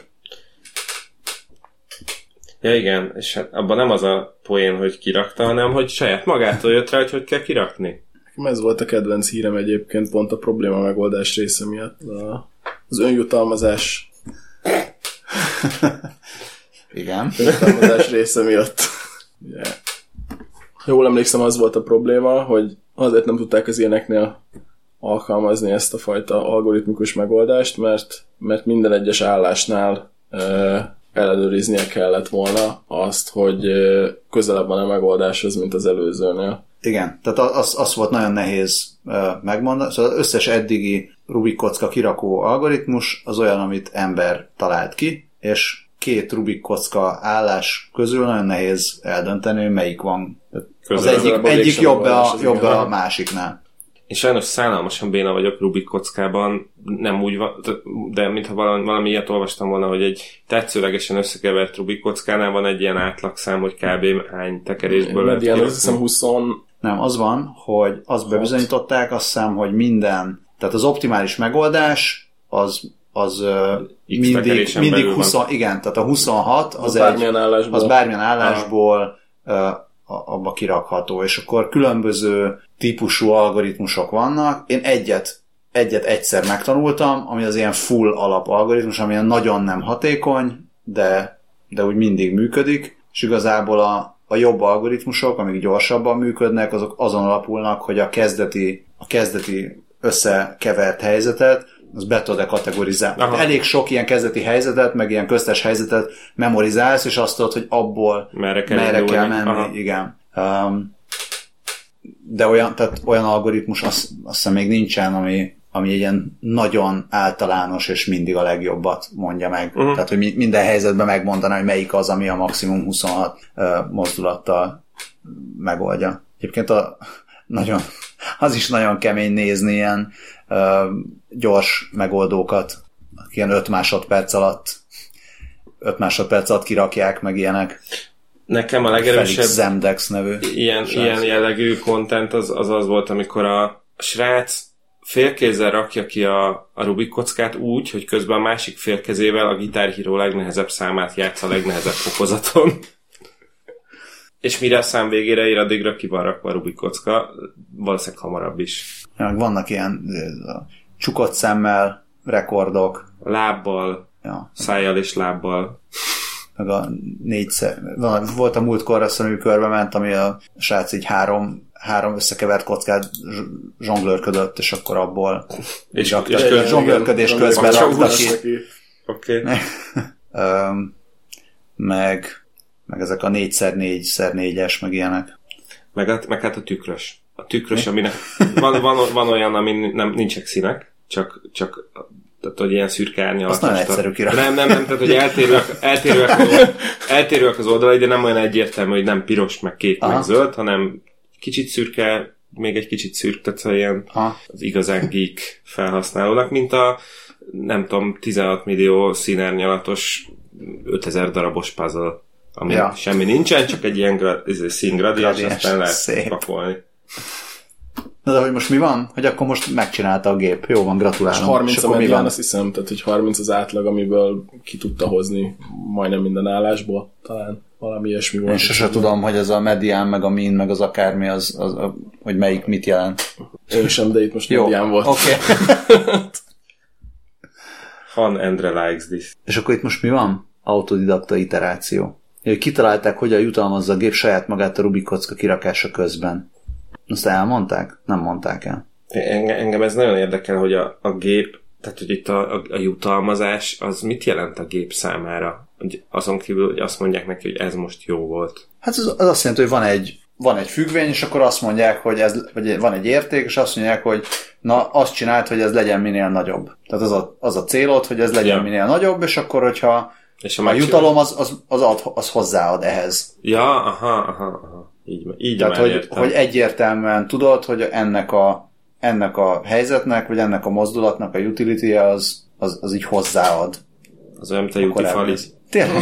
Ja igen, és hát abban nem az a poén, hogy kirakta, hanem hogy saját magától jött rá, hogy hogy kell kirakni. Ez volt a kedvenc hírem egyébként, pont a probléma megoldás része miatt. Az önjutalmazás. Igen. Önjutalmazás része miatt. Yeah. Jól emlékszem, az volt a probléma, hogy azért nem tudták az ilyeneknél alkalmazni ezt a fajta algoritmikus megoldást, mert, mert minden egyes állásnál uh, ellenőriznie kellett volna azt, hogy uh, közelebb van a megoldáshoz, mint az előzőnél. Igen, tehát az, az volt nagyon nehéz uh, megmondani. Szóval az összes eddigi Rubik kocka kirakó algoritmus az olyan, amit ember talált ki, és két Rubik kocka állás közül nagyon nehéz eldönteni, hogy melyik van. Az egyik, egyik jobb a, jobb a másiknál. Én sajnos szánalmasan béna vagyok Rubik kockában, nem úgy van, de mintha valami, valami ilyet olvastam volna, hogy egy tetszőlegesen összekevert Rubik kockánál van egy ilyen átlagszám, hogy kb. Hány tekerésből lehet kirakni. Azt hiszem húsz Nem, az van, hogy azt bebizonyították, azt hiszem, hogy minden, tehát az optimális megoldás az, az mindig, mindig húsz, igen, tehát a huszonhat az, az, bármilyen, egy, állásból. az bármilyen állásból uh, abba kirakható, és akkor különböző típusú algoritmusok vannak. Én egyet, egyet egyszer megtanultam, ami az ilyen full alap algoritmus, ami nagyon nem hatékony, de, de úgy mindig működik, és igazából a A jobb algoritmusok, amik gyorsabban működnek, azok azon alapulnak, hogy a kezdeti, a kezdeti összekevert helyzetet, az be tudod kategorizálni. Aha. Elég sok ilyen kezdeti helyzetet, meg ilyen köztes helyzetet memorizálsz, és azt tudod, hogy abból merre kell, merre kell menni. Aha. Igen. Um, de olyan, tehát olyan algoritmus azt, azt hiszem még nincsen, ami, ami egy ilyen nagyon általános, és mindig a legjobbat mondja meg. Uh-huh. Tehát, hogy minden helyzetben megmondaná, hogy melyik az, ami a maximum huszonhat uh, mozdulattal megoldja. Egyébként a, nagyon, az is nagyon kemény nézni ilyen uh, gyors megoldókat, ilyen öt másodperc alatt öt másodperc alatt kirakják, meg ilyenek. Nekem a legerősebb Zemdex nevű ilyen, ilyen jellegű content az, az az volt, amikor a srác félkézzel rakja ki a, a Rubik kockát úgy, hogy közben a másik félkezével a Guitar Hero legnehezebb számát játsz a legnehezebb fokozaton. És mire a szám végére ér, addigra ki van rakva a Rubik kocka, valószínűleg hamarabb is. Ja, vannak ilyen csukott szemmel rekordok. Lábbal, ja. Szájjal és lábbal. Meg a négyszer. Volt a múltkor, azt mondom, körbe ment, ami a srác így három három összekevert kockát zsonglőrködött, és akkor abból és, rakta, és köz, zsonglőrködés közben rakta ki. Oké. Okay. um, meg, meg ezek a négyszer négyszer négyes, meg ilyenek. Meg, a, meg hát a tükrös. A tükrös, aminek van, van, van olyan, ami nem, nincsenek színek, csak, csak tehát, hogy ilyen szürke árnyalat. Azt nagyon egyszerű kirakni. Nem, nem, nem, tehát, hogy eltérőek, eltérőek, az oldalai, eltérőek az oldalai, de nem olyan egyértelmű, hogy nem piros, meg kék, aha, meg zöld, hanem kicsit szürke, még egy kicsit szürk, tehát ilyen ha. Az igazán geek felhasználónak, mint a nem tudom, tizenhat millió színárnyalatos ötezer darabos puzzle, ami ja. semmi nincsen, csak egy ilyen gra- színgradiens, aztán lehet szép. pakolni. Na de hogy most mi van? Hogy akkor most megcsinálta a gép. Jó van, gratulálom. És harminc a medián, azt hiszem, tehát hogy harminc az átlag, amiből ki tudta hozni majdnem minden állásból. Talán valami ilyesmi volt. Én sose tudom, hogy ez a medián, meg a min, meg az akármi, az, az, az, hogy melyik mit jelent. Én sem, de itt most jó, medián volt. Oké. Okay. Han Endre likes this. És akkor itt most mi van? Autodidakta iteráció. Kitalálták, hogyan jutalmazza a gép saját magát a Rubik kocka kirakása közben. Azt elmondták? Nem mondták el. Engem ez nagyon érdekel, hogy a, a gép, tehát hogy itt a, a, a jutalmazás, az mit jelent a gép számára? Hogy azon kívül, hogy azt mondják neki, hogy ez most jó volt. Hát az, az azt jelenti, hogy van egy, van egy függvény, és akkor azt mondják, hogy ez, vagy van egy érték, és azt mondják, hogy na, azt csinált, hogy ez legyen minél nagyobb. Tehát az a, az a célod, hogy ez legyen ja. minél nagyobb, és akkor, hogyha és a, a jutalom az, az, az, ad, az hozzáad ehhez. Ja, aha, aha, aha. Így, így tehát, hogy, hogy egyértelműen tudod, hogy ennek a, ennek a helyzetnek, vagy ennek a mozdulatnak a utility-je az, az, az így hozzáad. Az olyan, mint a Jutifali. Tényleg.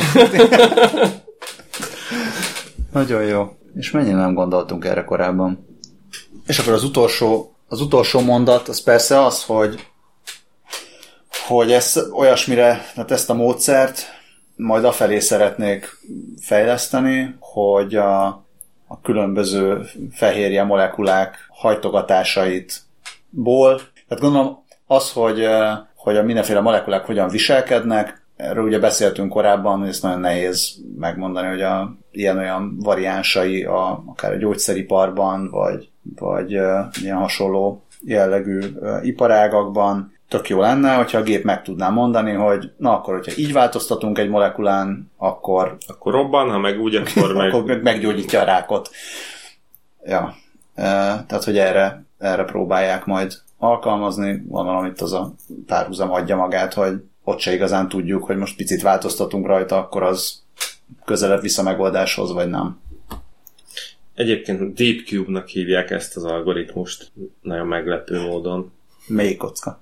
Nagyon jó. És mennyire nem gondoltunk erre korábban. És akkor az utolsó, az utolsó mondat, az persze az, hogy hogy ezt olyasmire, hát ezt a módszert majd afelé szeretnék fejleszteni, hogy a, a különböző fehérje molekulák hajtogatásaitból, tehát gondolom az, hogy, hogy a mindenféle molekulák hogyan viselkednek, erről ugye beszéltünk korábban, hogy ezt nagyon nehéz megmondani, hogy a ilyen-olyan variánsai a, akár a gyógyszeriparban, vagy, vagy uh, ilyen hasonló jellegű uh, iparágakban tök jó lenne, hogyha a gép meg tudná mondani, hogy na akkor, hogyha így változtatunk egy molekulán, akkor... Akkor robban, ha meg úgy, akkor meg... akkor meggyógyítja a rákot. Ja. Uh, tehát, hogy erre, erre próbálják majd alkalmazni. Gondolom itt az a párhuzam adja magát, hogy ott se igazán tudjuk, hogy most picit változtatunk rajta, akkor az közelebb vissza megoldáshoz, vagy nem. Egyébként Deep Cube-nak hívják ezt az algoritmust, nagyon meglepő módon. Melyik kocka?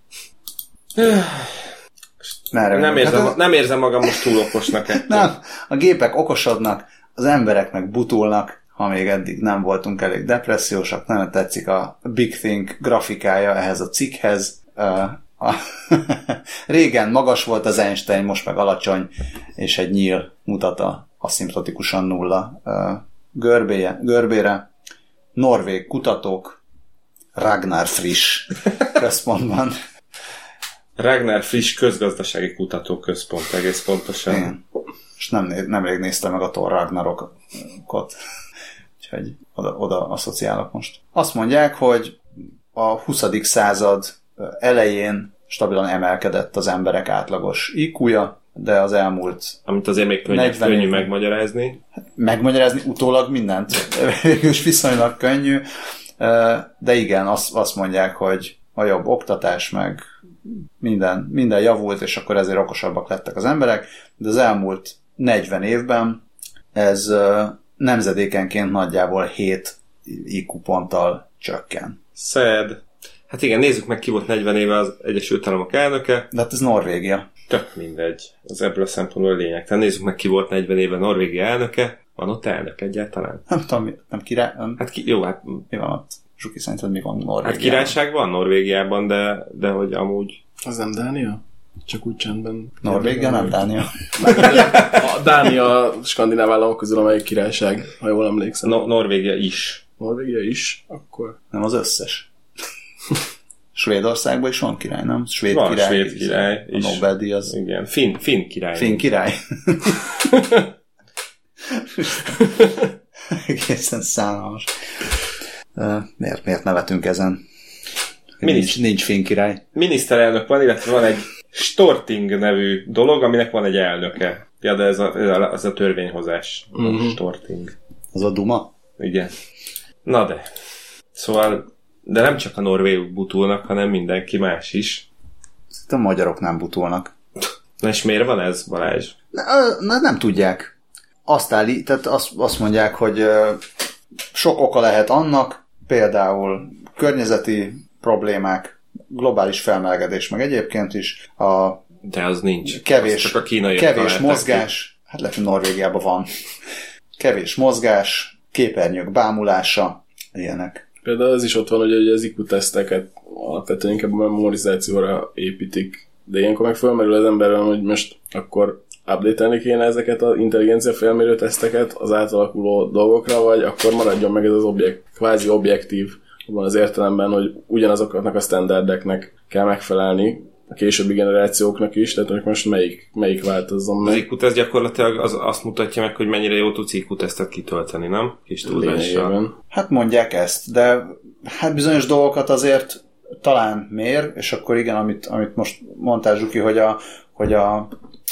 nem, érzem, hát, nem érzem magam most túl okosnak ettől. Nem, a gépek okosodnak, az emberek meg butulnak, ha még eddig nem voltunk elég depressziósak, nagyon tetszik a Big Think grafikája ehhez a cikkhez. A régen magas volt az Einstein, most meg alacsony, és egy nyíl mutat a aszimптotikusan nulla görbéje, görbére. Norvég kutatók Ragnar Frisch központban. Ragnar Frisch közgazdasági kutatóközpont, egész pontosan. Igen. És nem, nemrég néztem meg a Thor Ragnarokot. Úgyhogy oda, oda asszociálok most. Azt mondják, hogy a huszadik század elején stabilan emelkedett az emberek átlagos í kúja, de az elmúlt... Amit azért még könnyű, könnyű megmagyarázni. Megmagyarázni utólag mindent. És viszonylag könnyű. De igen, azt, azt mondják, hogy a jobb oktatás, meg minden, minden javult, és akkor ezért okosabbak lettek az emberek, de az elmúlt negyven évben ez nemzedékenként nagyjából hét í kú ponttal csökken. Sad. Hát igen, nézzük meg, ki volt negyven éve az Egyesült Államok elnöke. De hát ez Norvégia. Tök mindegy. Az ebből a szempontból lényeg. Tehát nézzük meg, ki volt negyven éve Norvégia elnöke. Van ott elnök egyáltalán? Nem tudom, nem király... Nem. Hát ki, jó, hát... Mi van ott? Zsuki szerinted mi van Norvégiában? Hát királyság van Norvégiában, de, de hogy amúgy... Az nem Dánia? Csak úgy csendben... Norvégia, nem Dánia. A Dánia skandináv államok közül, amelyik királyság, ha jól emlékszem. No, Norvégia is. Norvégia is? Akkor... Nem az összes. Svédországban is van király, nem? Svéd van király. Svéd király is. A Nobel-díj az... Igen, Finn, Finn király. Finn király. Egészen szánalmas. Uh, miért, miért nevetünk ezen? Nincs, nincs Finn király. Miniszterelnök van, illetve van egy Storting nevű dolog, aminek van egy elnöke. Ja, de ez a, ez a, ez a törvényhozás. Mm-hmm. Storting. Az a Duma? Igen. Na de. Szóval, de nem csak a norvégok butulnak, hanem mindenki más is. Szerintem a magyarok nem butulnak. Na és miért van ez, Balázs? Na, na nem tudják. Azt állít, tehát azt, azt mondják, hogy sok oka lehet annak, például környezeti problémák, globális felmelegedés, meg egyébként is a de az nincs. kevés, az csak a kínai kevés mozgás, ki. Hát lehet, hogy Norvégiában van, kevés mozgás, képernyők bámulása, ilyenek. Például az is ott van, hogy az i kú teszteket alapvetően inkább a memorizációra építik, de ilyenkor meg fölmerül az emberben, hogy most akkor update-elni kéne ezeket az intelligencia felmérő teszteket az átalakuló dolgokra, vagy akkor maradjon meg ez az objekt, kvázi objektív, abban az értelemben, hogy ugyanazoknak a standardeknek kell megfelelni a későbbi generációknak is, tehát hogy most melyik, melyik változzon meg. Az i kú teszt gyakorlatilag az, azt mutatja meg, hogy mennyire jó tudsz i kú tesztet kitölteni, nem? Kis túlzással. Hát mondják ezt, de hát bizonyos dolgokat azért talán mér, és akkor igen, amit, amit most mondtál, Zsuki, hogy, a, hogy a,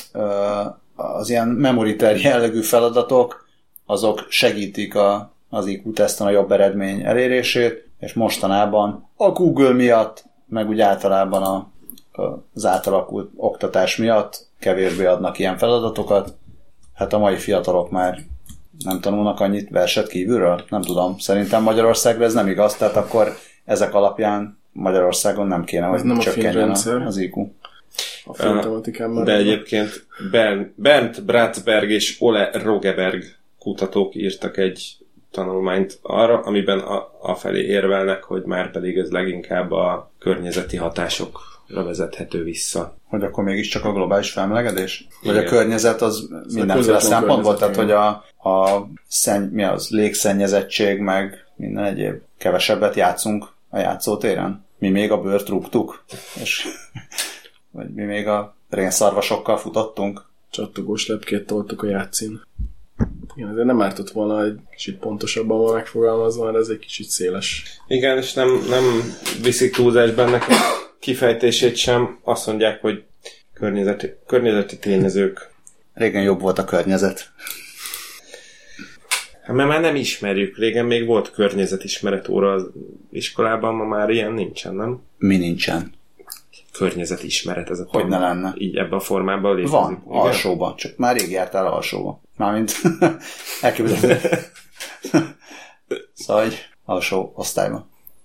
az ilyen memoriter jellegű feladatok, azok segítik a, az i kú teszten a jobb eredmény elérését, és mostanában a Google miatt, meg úgy általában a, az átalakult oktatás miatt kevésbé adnak ilyen feladatokat. Hát a mai fiatalok már nem tanulnak annyit verset kívülről? Nem tudom. Szerintem Magyarországra ez nem igaz, tehát akkor ezek alapján Magyarországon nem kéne, hogy nem csökkenjen az i kú. A filmtematikán de egyébként Bernd Bratsberg és Ole Rogeberg kutatók írtak egy tanulmányt arra, amiben a, a felé érvelnek, hogy már pedig ez leginkább a környezeti hatásokra vezethető vissza. Hogy akkor mégiscsak a globális felmelegedés? Vagy igen. A környezet az mindenféle szempont volt? Tehát, hogy a, a szenny, mi az, légszennyezettség, meg minden egyéb. Kevesebbet játszunk a játszótéren? Mi még a bőrt rúgtuk? És, vagy mi még a rénszarvasokkal futottunk? Csattogós lepkét toltuk a játszín. Igen, ezért nem ártott volna egy kicsit pontosabban van megfogalmazva, mert ez egy kicsit széles. Igen, és nem, nem viszik túlzásban ennek a kifejtését sem. Azt mondják, hogy környezeti, környezeti tényezők. Régen jobb volt a környezet. Hát mert már nem ismerjük. Régen még volt környezetismeret óra az iskolában, ma már ilyen nincsen, nem? Mi nincsen? Környezetismeret ez a Hogy ne lenne? Így ebben a formában létezik. Van, igen? Alsóban. Csak már rég jártál alsóba. Mármint elképzelhető. Szóval egy alsó osztályban.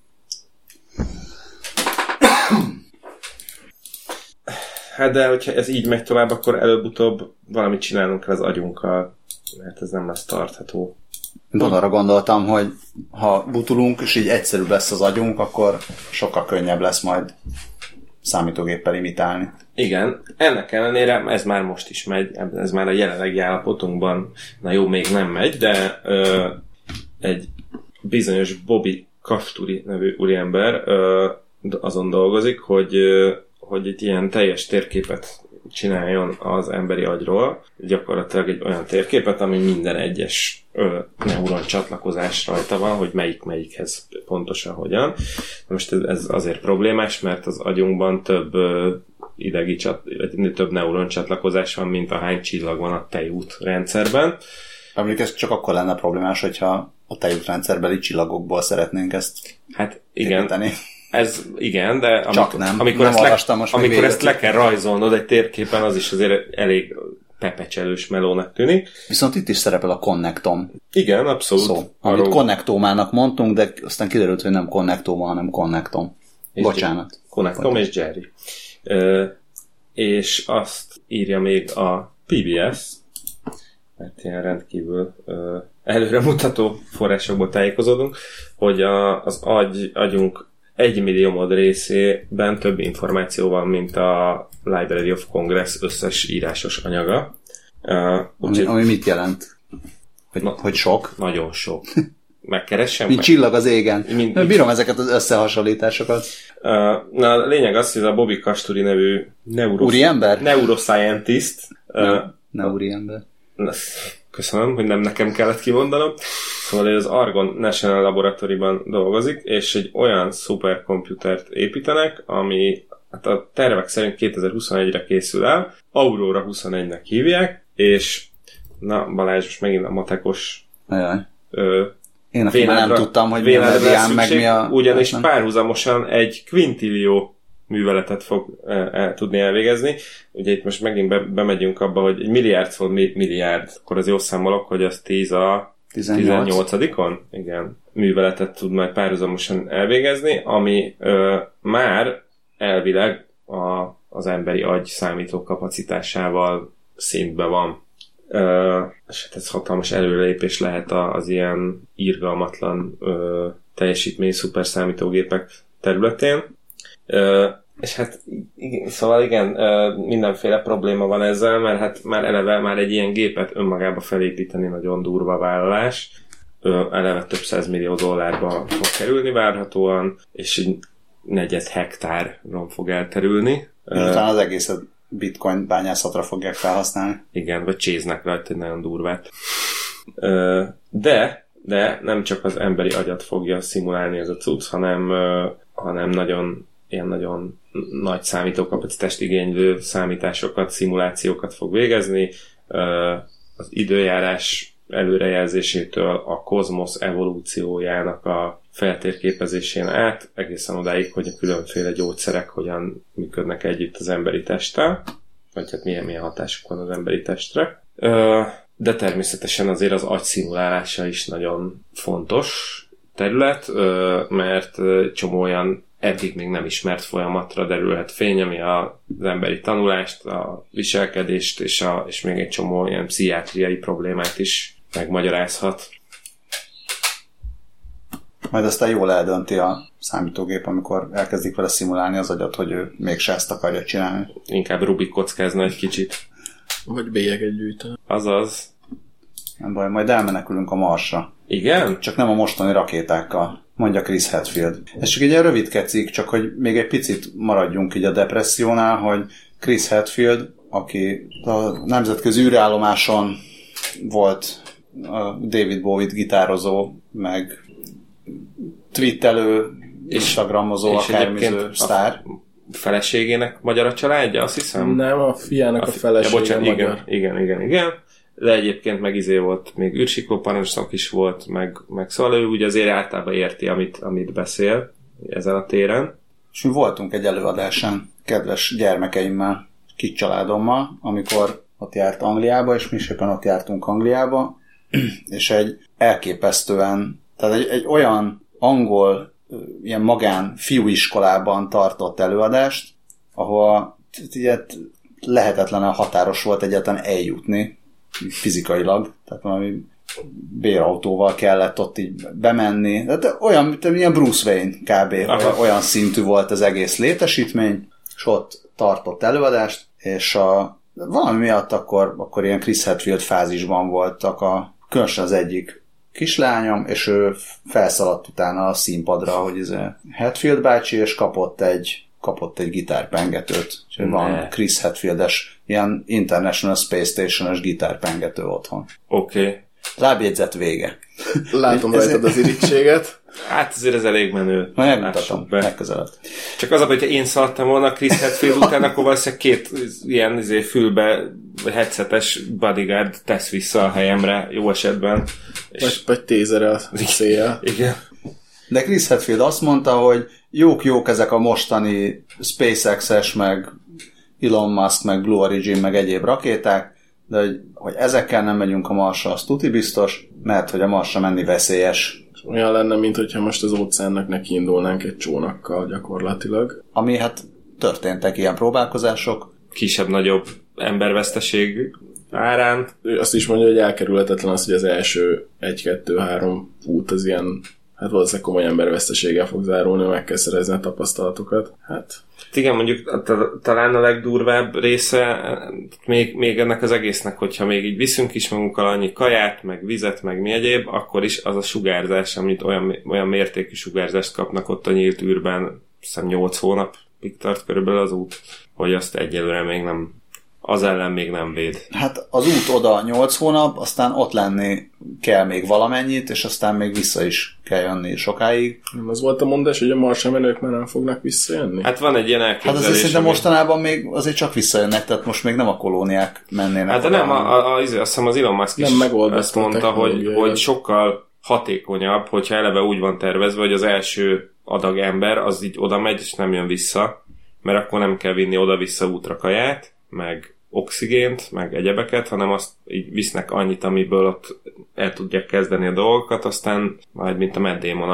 Hát de, hogyha ez így megy tovább, akkor előbb-utóbb valamit csinálnunk kell az agyunkkal, mert ez nem lesz tartható. Én arra gondoltam, hogy ha butulunk, és így egyszerűbb lesz az agyunk, akkor sokkal könnyebb lesz majd számítógéppel imitálni. Igen, ennek ellenére ez már most is megy, ez már a jelenlegi állapotunkban, na jó, még nem megy, de ö, egy bizonyos Bobby Kasturi nevű úriember ö, azon dolgozik, hogy, ö, hogy egy ilyen teljes térképet csináljon az emberi agyról, gyakorlatilag egy olyan térképet, ami minden egyes ö, neuron csatlakozás rajta van, hogy melyik melyikhez pontosan hogyan. Most ez, ez azért problémás, mert az agyunkban több ö, idegi csat, több neuron csatlakozás van, mint ahány csillag van a tejút rendszerben. Emlék, ez csak akkor lenne problémás, hogyha a tejútrendszerbeli csillagokból szeretnénk ezt hát igen. építeni. Ez igen, de amikor, nem. amikor, nem ezt, le, amikor ezt le kell képet. rajzolnod egy térképen, az is azért elég pepecselős melónak tűnik. Viszont itt is szerepel a konnektom. Igen, abszolút. Szó, amit arról... konnektómának mondtunk, de aztán kiderült, hogy nem konnektóma, hanem konnektom. Bocsánat. Konnektom és Jerry. Ö, és azt írja még a pé bé es, mert ilyen rendkívül ö, előremutató forrásokból tájékozódunk, hogy a, az agy, agyunk egy milliómod részében több információ van, mint a Library of Congress összes írásos anyaga. Uh, ami, ami mit jelent? Hogy, na, hogy sok? Nagyon sok. Megkeressem? Mint meg? Csillag az égen. Mint, Bírom ezeket az összehasonlításokat. Uh, na, a lényeg az, hogy a Bobby Kasturi nevű neuros, úriember? neuroscientist. Uh, ne, ne úriember. Köszönöm, hogy nem nekem kellett kimondanom. Szóval az Argonne National Laboratory-ban dolgozik, és egy olyan szuperkomputert építenek, ami hát a tervek szerint kétezer-huszonegyre készül el, Aurora huszonegynek hívják, és na Balázs, most megint a matekos ö, én aki nem tudtam, hogy mi a medián, meg mi a... Ugyanis nem. Párhuzamosan egy quintillió műveletet fog el, el tudni elvégezni. Ugye itt most megint be, bemegyünk abba, hogy egy milliárd szó milliárd, akkor az jó számolok, hogy az tíz a tizennyolcadikon igen, műveletet tud majd párhuzamosan elvégezni, ami ö, már elvileg a, az emberi agy számító kapacitásával szintben van. Uh, és hát ez hatalmas előrelépés lehet az ilyen irgalmatlan uh, teljesítmény szuperszámítógépek területén. Uh, és hát igen, szóval igen, uh, mindenféle probléma van ezzel, mert hát már eleve már egy ilyen gépet önmagába felépíteni nagyon durva vállalás. Uh, eleve több százmillió dollárba fog kerülni várhatóan, és egy negyed hektáron fog elterülni. Utána az egészet bitcoin bányászatra fogják felhasználni. Igen, vagy cséznek rajta egy nagyon durvát. De, de nem csak az emberi agyat fogja szimulálni ez a cucc, hanem, hanem nagyon, ilyen nagyon nagy számítókapacitást igénylő számításokat, szimulációkat fog végezni. Az időjárás előrejelzésétől a kozmosz evolúciójának a feltérképezésén át, egészen odáig, hogy a különféle gyógyszerek hogyan működnek együtt az emberi testtel, vagy hát milyen, milyen hatásuk van az emberi testre. De természetesen azért az agy szimulálása is nagyon fontos terület, mert csomó olyan eddig még nem ismert folyamatra derülhet fény, ami az emberi tanulást, a viselkedést és, a, és még egy csomó ilyen pszichiátriai problémát is megmagyarázhat. Majd aztán jól eldönti a számítógép, amikor elkezdik vele szimulálni az agyat, hogy ő mégse ezt akarja csinálni. Inkább Rubik kockázna egy kicsit. Vagy bélyeket gyűjteni. Azaz. Nem baj, majd elmenekülünk a Marsra. Igen? Csak nem a mostani rakétákkal, mondja Chris Hadfield. Ez csak egy ilyen rövid kecik, csak hogy még egy picit maradjunk így a depressziónál, hogy Chris Hadfield, aki a nemzetközi űrállomáson volt a David Bowie-t gitározó, meg twittelő, instagramozó, akármiző sztár. Feleségének magyar a családja, azt hiszem? Nem, a fiának a, a felesége ja, bocsánat, magyar. Igen, igen, igen, igen. De egyébként meg izé volt, még űrsikló parancsnok is volt, meg, meg szóval ő ugye azért általában érti, amit, amit beszél ezen a téren. És mi voltunk egy előadáson, kedves gyermekeimmel, kis családommal, amikor ott járt Angliába, és mi is éppen ott jártunk Angliába, és egy elképesztően, tehát egy, egy olyan angol, ilyen magán fiúiskolában tartott előadást, ahol lehetetlenen határos volt egyáltalán eljutni fizikailag, tehát valami bérautóval kellett ott így bemenni, de olyan, mint ilyen Bruce Wayne kb. Aha. Olyan szintű volt az egész létesítmény, és ott tartott előadást, és a, valami miatt akkor, akkor ilyen Chris Hadfield fázisban voltak, a, különösen az egyik kislányom, és ő felszaladt utána a színpadra, hogy ez Hadfield bácsi, és kapott egy kapott egy gitárpengetőt. Ne. Van Chris Hadfield-es, ilyen International Space Station-es gitárpengető otthon. Oké. Okay. Lábjegyzet vége. Látom rajtad az irítséget. Hát azért ez elég menő. Majd megmutatom, legközelebb. Csak az, hogyha én szaladtam volna Chris Hadfield után, akkor valószínűleg két ilyen izé, fülbe headsetes bodyguard tesz vissza a helyemre, jó esetben. És... Vagy, vagy tézerel a széjjel. Igen. De Chris Hadfield azt mondta, hogy jók-jók ezek a mostani SpaceX-es, meg Elon Musk, meg Blue Origin, meg egyéb rakéták, de hogy, hogy ezekkel nem megyünk a Marsra, az tuti biztos, mert hogy a Marsra menni veszélyes. Olyan lenne, mint hogyha most az óceánnak nekiindulnánk egy csónakkal gyakorlatilag. Ami hát történtek ilyen próbálkozások. Kisebb-nagyobb emberveszteség árán. Ő azt is mondja, hogy elkerülhetetlen az, hogy az első egy-kettő-három út az ilyen, hát valószínűleg komoly emberveszteséggel fog zárulni, meg kell szerezni a tapasztalatokat. Hát... Igen, mondjuk talán a legdurvább része még, még ennek az egésznek, hogyha még így viszünk is magunkkal annyi kaját, meg vizet, meg mi egyéb, akkor is az a sugárzás, amit olyan, olyan mértékű sugárzást kapnak ott a nyílt űrben, hiszem nyolc hónapig tart körülbelül az út, hogy azt egyelőre még nem, az ellen még nem véd. Hát az út oda nyolc hónap, aztán ott lenni kell még valamennyit, és aztán még vissza is kell jönni sokáig. Nem az volt a mondás, hogy a Marsra menők már nem fognak visszajönni? Hát van egy ilyen elképzelés. Hát azért szerintem ami... mostanában még azért csak visszajönnek, tehát most még nem a kolóniák mennének. Hát de nem, a, a, a, azt hiszem az Elon Musk is azt mondta, hogy, hogy sokkal hatékonyabb, hogyha eleve úgy van tervezve, hogy az első adag ember az így oda megy, és nem jön vissza, mert akkor nem kell vinni oda-vissza útra kaját, meg oxigént, meg egyebeket, hanem azt így visznek annyit, amiből ott el tudják kezdeni a dolgokat, aztán majd mint a Matt Damon a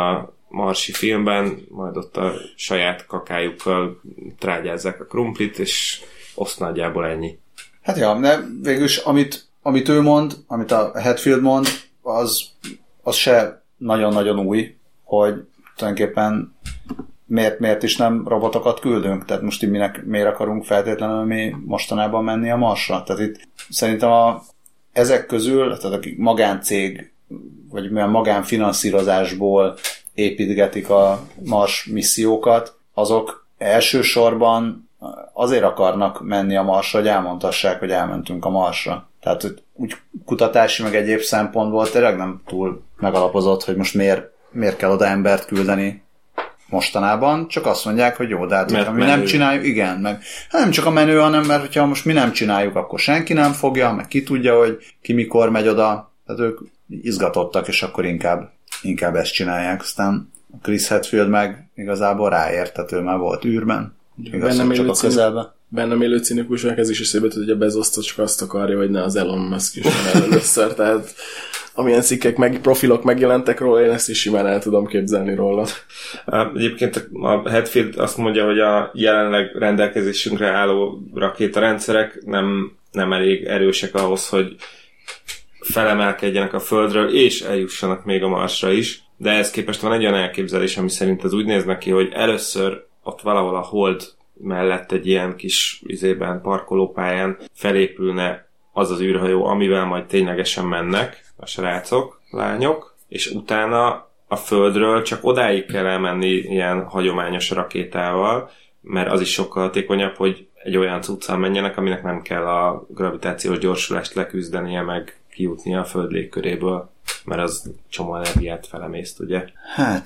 marsi filmben, majd ott a saját kakájukkal trágyázzák a krumplit, és oszt nagyjából ennyi. Hát ja, de végülis amit, amit ő mond, amit a Hatfield mond, az, az se nagyon-nagyon új, hogy tulajdonképpen miért, miért is nem robotokat küldünk, tehát most így minek, miért akarunk feltétlenül mi mostanában menni a Marsra. Tehát itt szerintem a, ezek közül, tehát a magáncég, vagy milyen magánfinanszírozásból építgetik a Mars missziókat, azok elsősorban azért akarnak menni a Marsra, hogy elmondhassák, hogy elmentünk a Marsra. Tehát úgy kutatási meg egyéb szempontból tényleg nem túl megalapozott, hogy most miért, miért kell oda embert küldeni mostanában, csak azt mondják, hogy jó, de hát ha mi nem csináljuk, igen, meg hát nem csak a menő, hanem mert hogyha most mi nem csináljuk, akkor senki nem fogja, meg ki tudja, hogy ki mikor megy oda, tehát ők izgatottak, és akkor inkább, inkább ezt csinálják. Aztán Chris Hadfield meg igazából ráért, tehát ő már volt űrben, igaz, bennem csak a közelben. Bennem élő cinikusnak ez is eszébe tud, hogy a Bezos csak azt akarja, hogy ne az Elon Musk is van először, tehát amilyen cikkek, meg, profilok megjelentek róla, én ezt is simán el tudom képzelni róla. Egyébként a Hadfield azt mondja, hogy a jelenleg rendelkezésünkre álló rakétarendszerek nem, nem elég erősek ahhoz, hogy felemelkedjenek a Földről, és eljussanak még a Marsra is, de ehhez képest van egy olyan elképzelés, ami szerint az úgy néz neki, hogy először ott valahol a Hold mellett egy ilyen kis izében, parkolópályán felépülne az az űrhajó, amivel majd ténylegesen mennek a srácok, lányok, és utána a Földről csak odáig kell elmenni ilyen hagyományos rakétával, mert az is sokkal hatékonyabb, hogy egy olyan cuccal menjenek, aminek nem kell a gravitációs gyorsulást leküzdenie, meg kijutnia a Föld légköréből, mert az csomó energiát felemészt, ugye? Hát,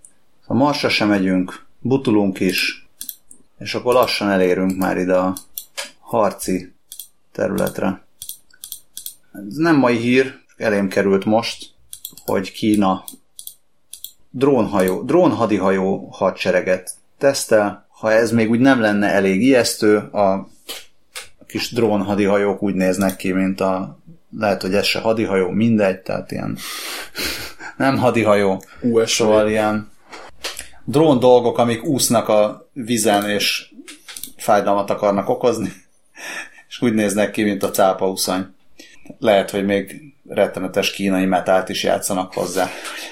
a Marsra sem megyünk, butulunk is, és akkor lassan elérünk már ide a harci területre. Ez nem mai hír, elém került most, hogy Kína drónhajó, drónhadihajó hadsereget tesztel. Ha ez még úgy nem lenne elég ijesztő, a kis drónhadihajók úgy néznek ki, mint a, lehet, hogy ez se hadihajó, mindegy, tehát ilyen nem hadihajó, u es á. Szóval ilyen drón dolgok, amik úsznak a vízen, és fájdalmat akarnak okozni, és úgy néznek ki, mint a cápauszony. Lehet, hogy még rettenetes kínai metált is játszanak hozzá.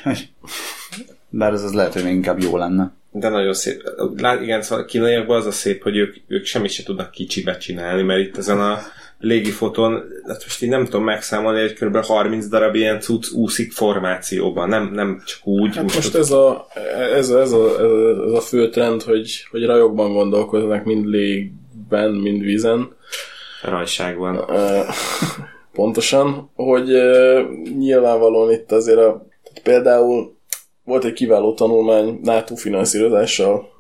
Bár ez az lehet, hogy még inkább jó lenne. De nagyon szép. Lát, igen, szóval a kínaiakban az a szép, hogy ők, ők semmit se tudnak kicsibe csinálni, mert itt ezen a légifoton, hát most így nem tudom megszámolni, hogy kb. harminc darab ilyen cucc úszik formációban, nem, nem csak úgy. Hát most, most ez, a, ez, a, ez, a, ez a fő trend, hogy, hogy rajokban gondolkoznak mind légben, mind vízen. Rajságban. Pontosan, hogy nyilvánvalóan itt azért a, például volt egy kiváló tanulmány NATO finanszírozással,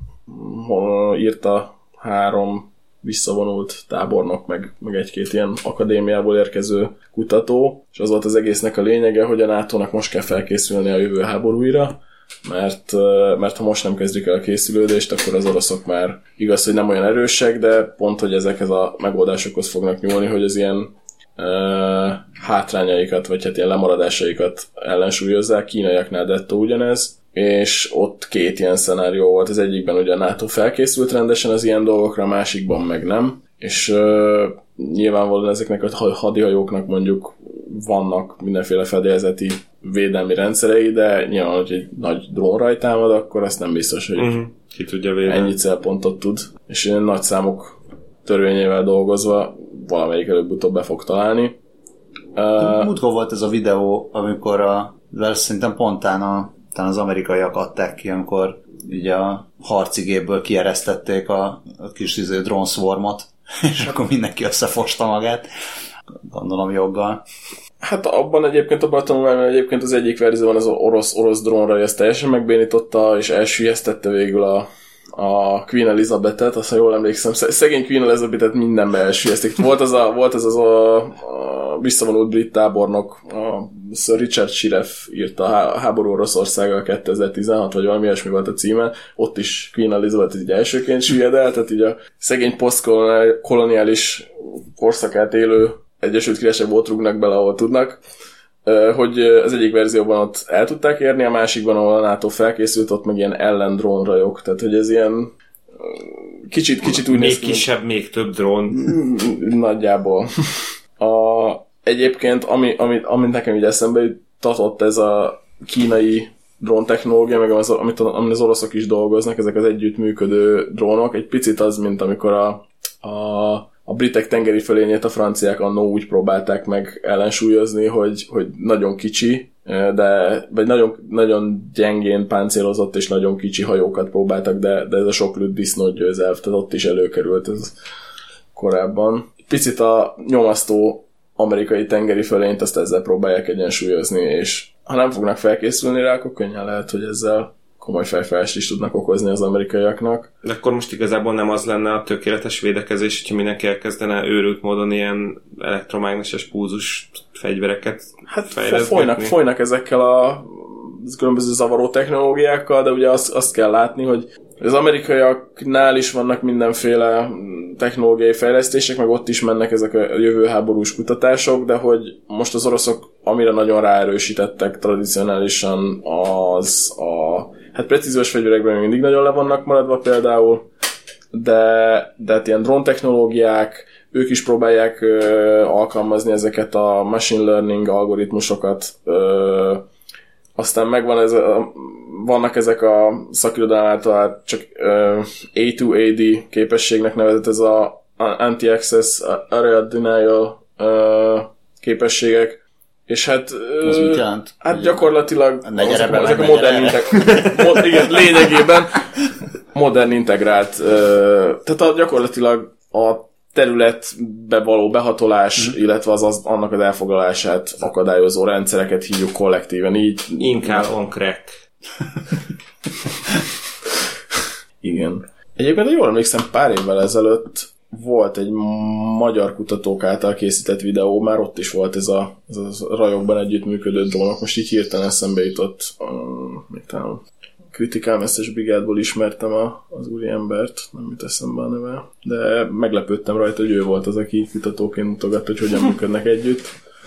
írta három visszavonult tábornok, meg, meg egy-két ilyen akadémiából érkező kutató, és az volt az egésznek a lényege, hogy a nátónak most kell felkészülni a jövő háborúira, mert, mert ha most nem kezdjük el a készülődést, akkor az oroszok már igaz, hogy nem olyan erősek, de pont, hogy ezekhez a megoldásokhoz fognak nyúlni, hogy az ilyen uh, hátrányaikat, vagy hát ilyen lemaradásaikat ellensúlyozzák. Kínaiaknál dettó ugyanez, és ott két ilyen szenárió volt. Az egyikben ugye a NATO felkészült rendesen az ilyen dolgokra, a másikban meg nem. És uh, nyilvánvalóan ezeknek a hadihajóknak mondjuk vannak mindenféle fedélzeti védelmi rendszerei, de nyilván, hogy egy nagy drón rajtámad, akkor ezt nem biztos, hogy uh-huh. ki tudja védelni. Ennyi célpontot tud. És ilyen nagy számok törvényével dolgozva valamelyik előbb-utóbb be fog találni. Uh, Múltkor volt ez a videó, amikor a, szerintem pontán a, az amerikaiak adták ki, amikor ugye a harci gépből kieresztették a, a kis izé, drone swarmot, és akkor mindenki összefosta magát. Gondolom joggal. Hát abban egyébként, abban a tanulmányban egyébként az egyik verzióban az orosz, orosz drónra ezt teljesen megbénította, és elsüllyesztette végül a, a Queen Elizabeth-et, azt, ha jól emlékszem, szegény Queen Elizabeth-et mindenbe elsüllyeszték. Volt az a, volt az, az a, a visszavonult brit tábornok, a Sir Richard Shirreff írta a háború Oroszországgal kétezer-tizenhat, vagy valami ilyesmi volt a címe, ott is Queen Elizabeth így elsőként süllyed el, tehát így a szegény posztkoloniális korszakát élő Egyesült Királyságból ott rúgnak bele, ahol tudnak. hogy az egyik verzióban ott el tudták érni, a másikban, ahol a NATO felkészült, ott meg ilyen ellendrónrajok. Tehát, hogy ez ilyen kicsit, kicsit úgy még néz ki, kisebb, még több drón. Nagyjából. A, egyébként, ami, ami, amit nekem így eszembe jutott, ez a kínai dróntechnológia, meg az, amit amin az oroszok is dolgoznak, ezek az együttműködő drónok, egy picit az, mint amikor a, a, a britek tengeri fölényét a franciák annó úgy próbálták meg ellensúlyozni, hogy, hogy nagyon kicsi, de vagy nagyon, nagyon gyengén páncélozott és nagyon kicsi hajókat próbáltak, de, de ez a sok lőtt disznót győz el, tehát ott is előkerült ez korábban. Picit a nyomasztó amerikai tengeri fölényt azt ezzel próbálják egyensúlyozni, és ha nem fognak felkészülni rá, akkor könnyen lehet, hogy ezzel komoly fejfájást is tudnak okozni az amerikaiaknak. De akkor most igazából nem az lenne a tökéletes védekezés, hogyha mindenki elkezdene őrült módon ilyen elektromágneses pulzus fegyvereket hát fejleszgetni? Folynak, folynak ezekkel a különböző zavaró technológiákkal, de ugye azt, azt kell látni, hogy az amerikaiaknál is vannak mindenféle technológiai fejlesztések, meg ott is mennek ezek a jövőháborús kutatások, de hogy most az oroszok amire nagyon ráerősítettek tradicionálisan az a... Hát precíziós fegyverekben még mindig nagyon le vannak maradva például, de, de hát ilyen drón technológiák, ők is próbálják ö, alkalmazni ezeket a machine learning algoritmusokat, ö, aztán megvan ez a, vannak ezek a szakirodalom által csak uh, á kettő á dé képességnek nevezett ez a anti-access area denial uh, képességek, és hát, az mit jelent? Hát gyakorlatilag ezek, bele, ezek a modern integ- mod, igen, lényegében modern integrált, uh, tehát a, gyakorlatilag a területbe való behatolás, mm. illetve az, az annak az elfoglalását akadályozó rendszereket hívjuk kollektíven így. Inkább on crack. Igen. Egyébként jól emlékszem, pár évvel ezelőtt volt egy magyar kutatók által készített videó, már ott is volt ez a, ez a rajokban együttműködő drónok, most így hirtelen eszembe jutott, um, még talán Critical Message Brigádból ismertem a, az úriembert, nem jut eszembe a neve, de meglepődtem rajta, hogy ő volt az, aki kutatóként mutogatta, hogy hogyan működnek együtt.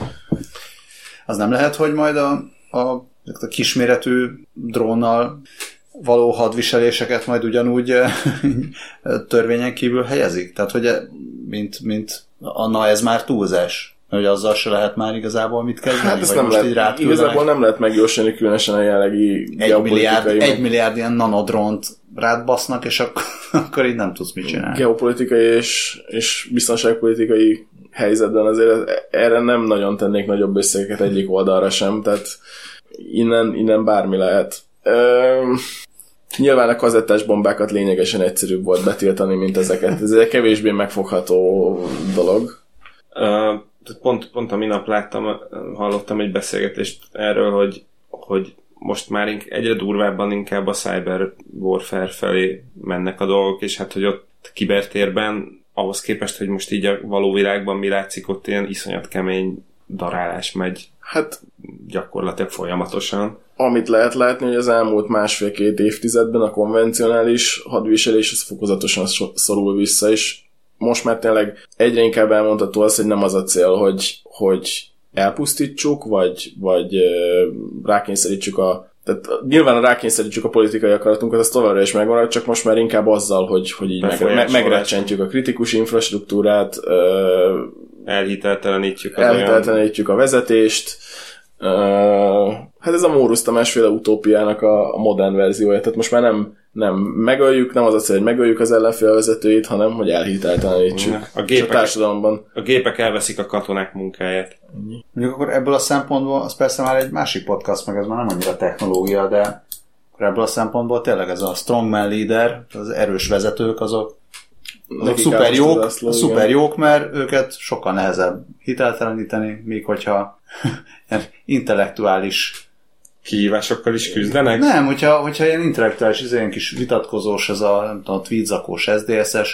Az nem lehet, hogy majd a, a, a kisméretű drónnal való hadviseléseket majd ugyanúgy törvényen kívül helyezik? Tehát, hogy mint, mint na ez már túlzás. Hogy azzal se lehet már igazából mit kezdeni? Hát ezt nem lehet, igazából nem lehet megjósolni különösen a jelenlegi egy milliárd, egy milliárd ilyen nanodrónt rád basznak, és akkor, akkor így nem tudsz mit csinálni. Geopolitikai és, és biztonságpolitikai helyzetben azért erre nem nagyon tennék nagyobb összegeket egyik oldalra sem, tehát innen, innen bármi lehet. Üm, nyilván a kazettás bombákat lényegesen egyszerűbb volt betiltani, mint ezeket. Ez egy kevésbé megfogható dolog. Uh, pont, pont a minap láttam, hallottam egy beszélgetést erről, hogy, hogy most már egyre durvábban inkább a cyber warfare felé mennek a dolgok, és hát, hogy ott kibertérben ahhoz képest, hogy most így a való világban mi látszik, ott ilyen iszonyat kemény darálás megy. Hát gyakorlatilag folyamatosan. Amit lehet látni, hogy az elmúlt másfél-két évtizedben a konvencionális hadviselés az fokozatosan szorul vissza, és most már tényleg egyre inkább elmondható az, hogy nem az a cél, hogy, hogy elpusztítsuk, vagy, vagy rákényszerítsük a tehát nyilván a rákényszerítsük a politikai akaratunkat, az továbbra is megmarad, csak most már inkább azzal, hogy, hogy így meg, me, megrecsentjük a kritikus infrastruktúrát, elhiteltelenítjük, az elhiteltelenítjük olyan... a vezetést. Hát ez a Mórusz Tamásféle utópiának a, a modern verziója. Tehát most már nem, nem megöljük, nem az a cél, hogy megöljük az ellenfél vezetőit, hanem hogy elhiteltelenítsük a, gépek, a társadalomban. A gépek elveszik a katonák munkáját. Mondjuk akkor ebből a szempontból, az persze már egy másik podcast, meg ez már nem annyira technológia, de ebből a szempontból tényleg ez a strongman leader, az erős vezetők, azok azok szuper jók, szló, szuper jók, mert őket sokkal nehezebb hitelteleníteni, míg hogyha intellektuális kihívásokkal is küzdenek? Nem, hogyha, hogyha ilyen intellektuális, ilyen kis vitatkozós, ez a, nem tudom, tweetzakós es dé es-es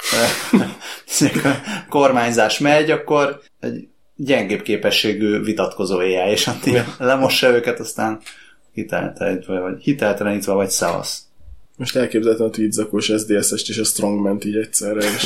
kormányzás megy, akkor egy gyengébb képességű vitatkozó á i, és addig lemossa őket, aztán hiteltelenítve, vagy hiteltelenítve, vagy szavasz. Most elképzeltem a tweetzakós es dé es-est és a strongman-t így egyszerre is.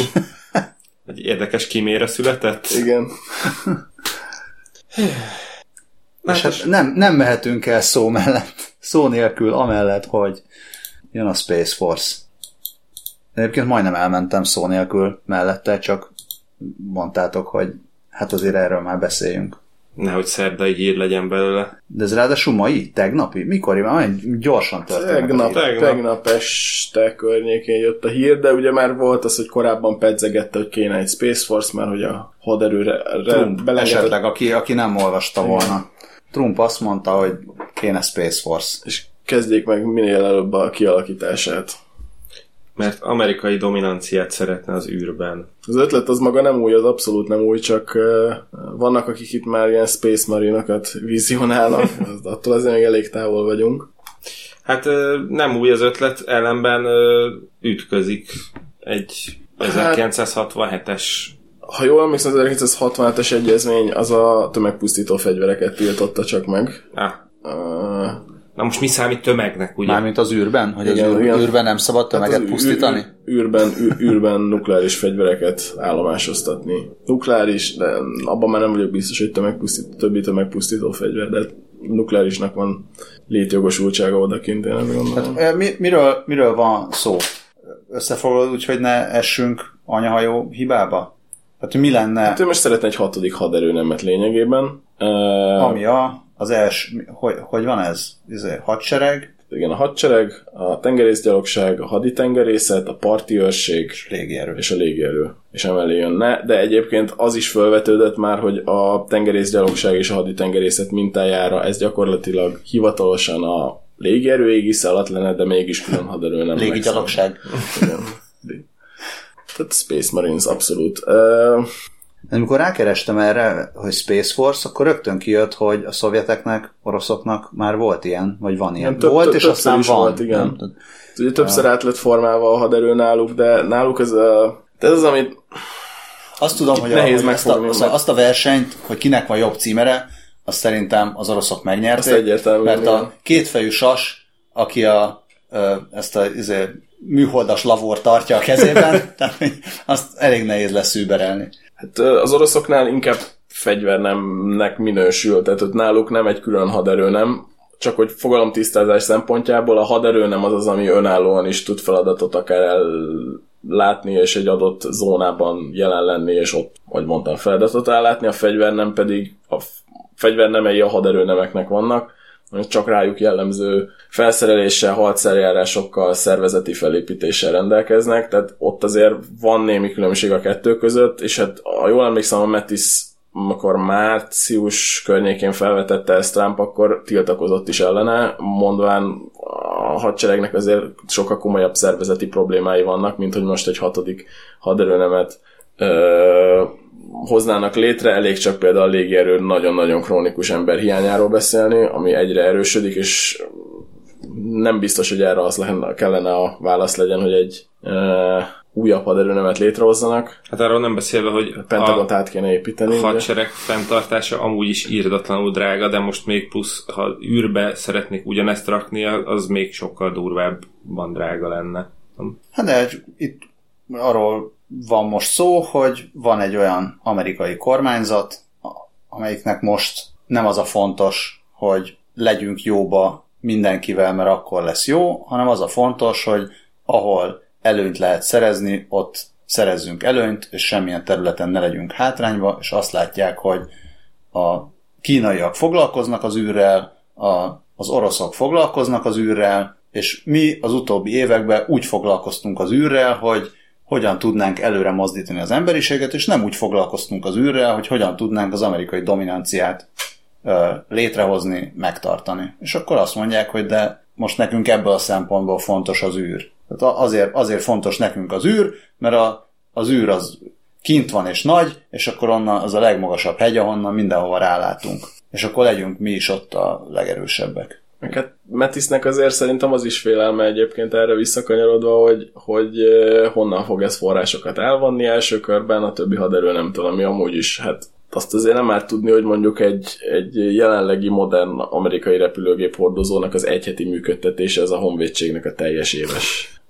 Egy érdekes kímére született? Igen. És hát nem, nem mehetünk el szó mellett, szó nélkül, amellett, hogy jön a Space Force. Egyébként majdnem elmentem szó nélkül mellette, csak mondtátok, hogy hát azért erről már beszéljünk. Nehogy szerdai hír legyen belőle. De ez ráadásul mai, tegnapi? Mikor? Már gyorsan történt. Tegnap, tegnap este környékén jött a hír, de ugye már volt az, hogy korábban pedzegette, hogy kéne egy Space Force, mert hogy a haderőre Trump esetleg, aki, aki nem olvasta igen. volna. Trump azt mondta, hogy kéne Space Force. És kezdjék meg minél előbb a kialakítását. Mert amerikai dominanciát szeretne az űrben. Az ötlet az maga nem új, az abszolút nem új, csak uh, vannak, akik itt már ilyen Space Marine-okat vizionálnak, attól azért még elég távol vagyunk. Hát uh, nem új az ötlet, ellenben uh, ütközik egy ezerkilencszázhatvanhetes... Ha jól emlékszem, az ezerkilencszázhatvanhetes egyezmény az a tömegpusztító fegyvereket tiltotta csak meg. Ah. Uh, Na most mi számít tömegnek, ugye? Mármint az űrben? Hogy igen, az űr, igen. űrben nem szabad tömeget hát pusztítani? Űr, űrben, űr, űrben nukleáris fegyvereket állomásoztatni. Nukleáris, de abban már nem vagyok biztos, hogy tömegpusztító, többi tömegpusztító fegyver, de nukleárisnak van létjogosultsága odakint, én nem gondolom. Hát, mi, miről, miről van szó? Összefoglalod úgy, hogy ne essünk anyahajó hibába? Hát mi lenne... Hát ő most szeretne egy hatodik haderőnemet lényegében. Ami a... Az első, hogy, hogy van ez? Ez hadsereg? Igen, a hadsereg, a tengerészgyalogság, a haditengerészet, a parti őrség légierő. És a légierő. És emellé jönne, de egyébként az is felvetődött már, hogy a tengerészgyalogság és a haditengerészet mintájára ez gyakorlatilag hivatalosan a légierő égisze alatt lenne, de mégis külön haderő nem. Légigyalogság. Igen. Tehát Space Marines abszolút. Uh, Amikor rákerestem erre, hogy Space Force, akkor rögtön kijött, hogy a szovjeteknek, oroszoknak már volt ilyen, vagy van ilyen. Több, volt, több, és aztán van. Volt, igen. Nem? Ugye többször át lett formálva a haderő náluk, de náluk ez a... Ez az, amit... Azt tudom, hogy, nehéz a, hogy azt, a, azt, a, azt a versenyt, hogy kinek van jobb címere, azt szerintem az oroszok megnyerték. Mert igen. A kétfejű sas, aki a, ezt a izé, műholdas lavort tartja a kezében, tehát azt elég nehéz lesz überelni. Hát az oroszoknál inkább fegyvernemnek minősül, tehát ott náluk nem egy külön haderő nem, csak hogy fogalomtisztázás szempontjából a haderő nem az az, ami önállóan is tud feladatot akár ellátni, és egy adott zónában jelen lenni, és ott, hogy mondtam, feladatot ellátni, a fegyvernem pedig a fegyvernemei a haderőnemeknek vannak, csak rájuk jellemző felszereléssel, harcszerjárásokkal, szervezeti felépítéssel rendelkeznek, tehát ott azért van némi különbség a kettő között, és hát ha jól emlékszem, a Metis, amikor március környékén felvetette ezt Trump, akkor tiltakozott is ellene, mondván a hadseregnek azért sokkal komolyabb szervezeti problémái vannak, mint hogy most egy hatodik haderőnemet ö, hoznának létre, elég csak például a légierő nagyon-nagyon krónikus ember hiányáról beszélni, ami egyre erősödik, és nem biztos, hogy erre az kellene a válasz legyen, hogy egy e, újabb haderőnemet létrehozzanak. Hát arról nem beszélve, hogy a Pentagont át kéne építeni. A hadsereg fenntartása amúgy is írdatlanul drága, de most még plusz, ha űrbe szeretnék ugyanezt rakni, az még sokkal durvábban drága lenne. Hát de itt arról van most szó, hogy van egy olyan amerikai kormányzat, amelyiknek most nem az a fontos, hogy legyünk jóba mindenkivel, mert akkor lesz jó, hanem az a fontos, hogy ahol előnyt lehet szerezni, ott szerezzünk előnyt, és semmilyen területen ne legyünk hátrányba, és azt látják, hogy a kínaiak foglalkoznak az űrrel, a, az oroszok foglalkoznak az űrrel, és mi az utóbbi években úgy foglalkoztunk az űrrel, hogy hogyan tudnánk előre mozdítani az emberiséget, és nem úgy foglalkoztunk az űrrel, hogy hogyan tudnánk az amerikai dominanciát ö, létrehozni, megtartani. És akkor azt mondják, hogy de most nekünk ebből a szempontból fontos az űr. Tehát azért, azért fontos nekünk az űr, mert a, az űr az kint van és nagy, és akkor onnan az a legmagasabb hegy, ahonnan mindenhova rálátunk. És akkor legyünk mi is ott a legerősebbek. Hát Metisnek azért szerintem az is félelme egyébként erre visszakanyarodva, hogy, hogy honnan fog ez forrásokat elvonni első körben, a többi haderő nem tudom, ami amúgy is, hát azt azért nem már tudni, hogy mondjuk egy, egy jelenlegi modern amerikai repülőgép hordozónak az egyheti működtetése, ez a honvédségnek a teljes éves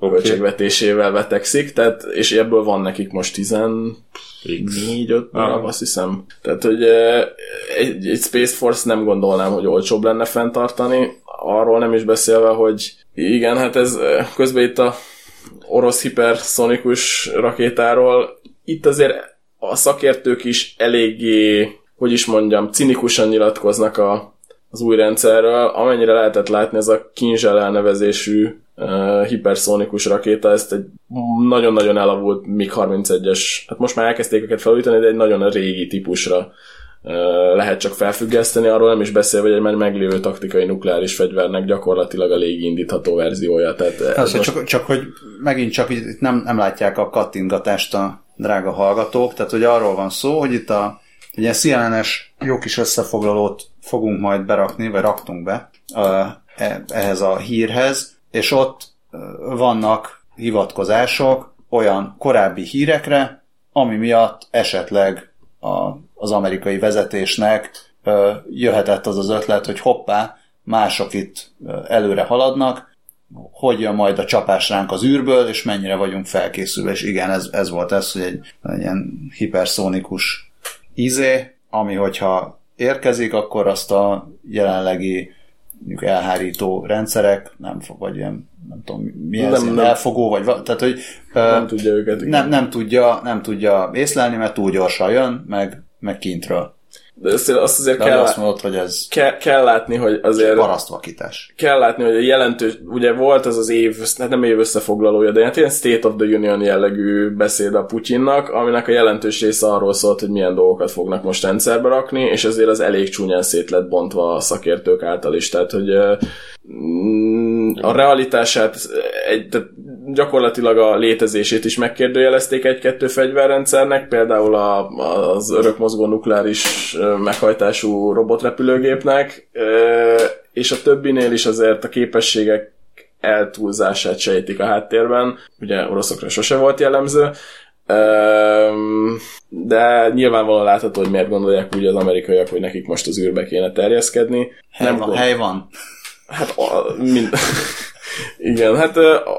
okay. költségvetésével vetekszik, tehát, és ebből van nekik most tizennégy öt darab, azt hiszem. Tehát, hogy egy, egy Space Force nem gondolnám, hogy olcsóbb lenne fenntartani, arról nem is beszélve, hogy igen, hát ez közben itt a orosz hiperszonikus rakétáról, itt azért a szakértők is eléggé, hogy is mondjam, cinikusan nyilatkoznak a, az új rendszerről. Amennyire lehetett látni, ez a Kinzhal elnevezésű uh, hiperszonikus rakéta, ezt egy nagyon-nagyon elavult mig harmincegyes, hát most már elkezdték őket felújítani, de egy nagyon régi típusra uh, lehet csak felfüggeszteni, arról nem is beszélve, hogy egy már meglévő taktikai nukleáris fegyvernek gyakorlatilag a légindítható verziója. Tehát az most... csak, csak, hogy megint csak itt nem, nem látják a kattingatást a drága hallgatók, tehát hogy arról van szó, hogy itt a egy ilyen C N N-es jó kis összefoglalót fogunk majd berakni, vagy raktunk be ehhez a hírhez, és ott vannak hivatkozások olyan korábbi hírekre, ami miatt esetleg a, az amerikai vezetésnek jöhetett az az ötlet, hogy hoppá, mások itt előre haladnak, hogy jön majd a csapás ránk az űrből, és mennyire vagyunk felkészülve, és igen, ez, ez volt ez, hogy egy, egy ilyen hiperszónikus ízé, ami hogyha érkezik, akkor azt a jelenlegi mondjuk elhárító rendszerek, nem fog, vagy ilyen, nem tudom, mi ez, nem, nem. elfogó, vagy tehát, hogy nem, uh, tudja őket, nem, nem, tudja, nem tudja észlelni, mert túl gyorsan jön, meg, meg kintről. De azt azért De kell, azt mondod, hogy ez kell, kell látni, hogy azért parasztvakítás. Kell látni, hogy a jelentős, ugye volt az az év, hát nem év összefoglalója, de ilyen State of the Union jellegű beszéd a Putyinnak, aminek a jelentős része arról szólt, hogy milyen dolgokat fognak most rendszerbe rakni, és ezért az elég csúnyán szét lett bontva a szakértők által is. Tehát, hogy a realitását, egy, tehát gyakorlatilag a létezését is megkérdőjelezték egy-kettő fegyverrendszernek, például a, az örökmozgó nukleáris meghajtású robotrepülőgépnek, és a többinél is azért a képességek eltúlzását sejtik a háttérben. Ugye oroszokra sose volt jellemző, de nyilvánvalóan látható, hogy miért gondolják úgy az amerikaiak, hogy nekik most az űrbe kéne terjeszkedni. Hely Nem van, gond... hely van. Hát a, mind... igen, hát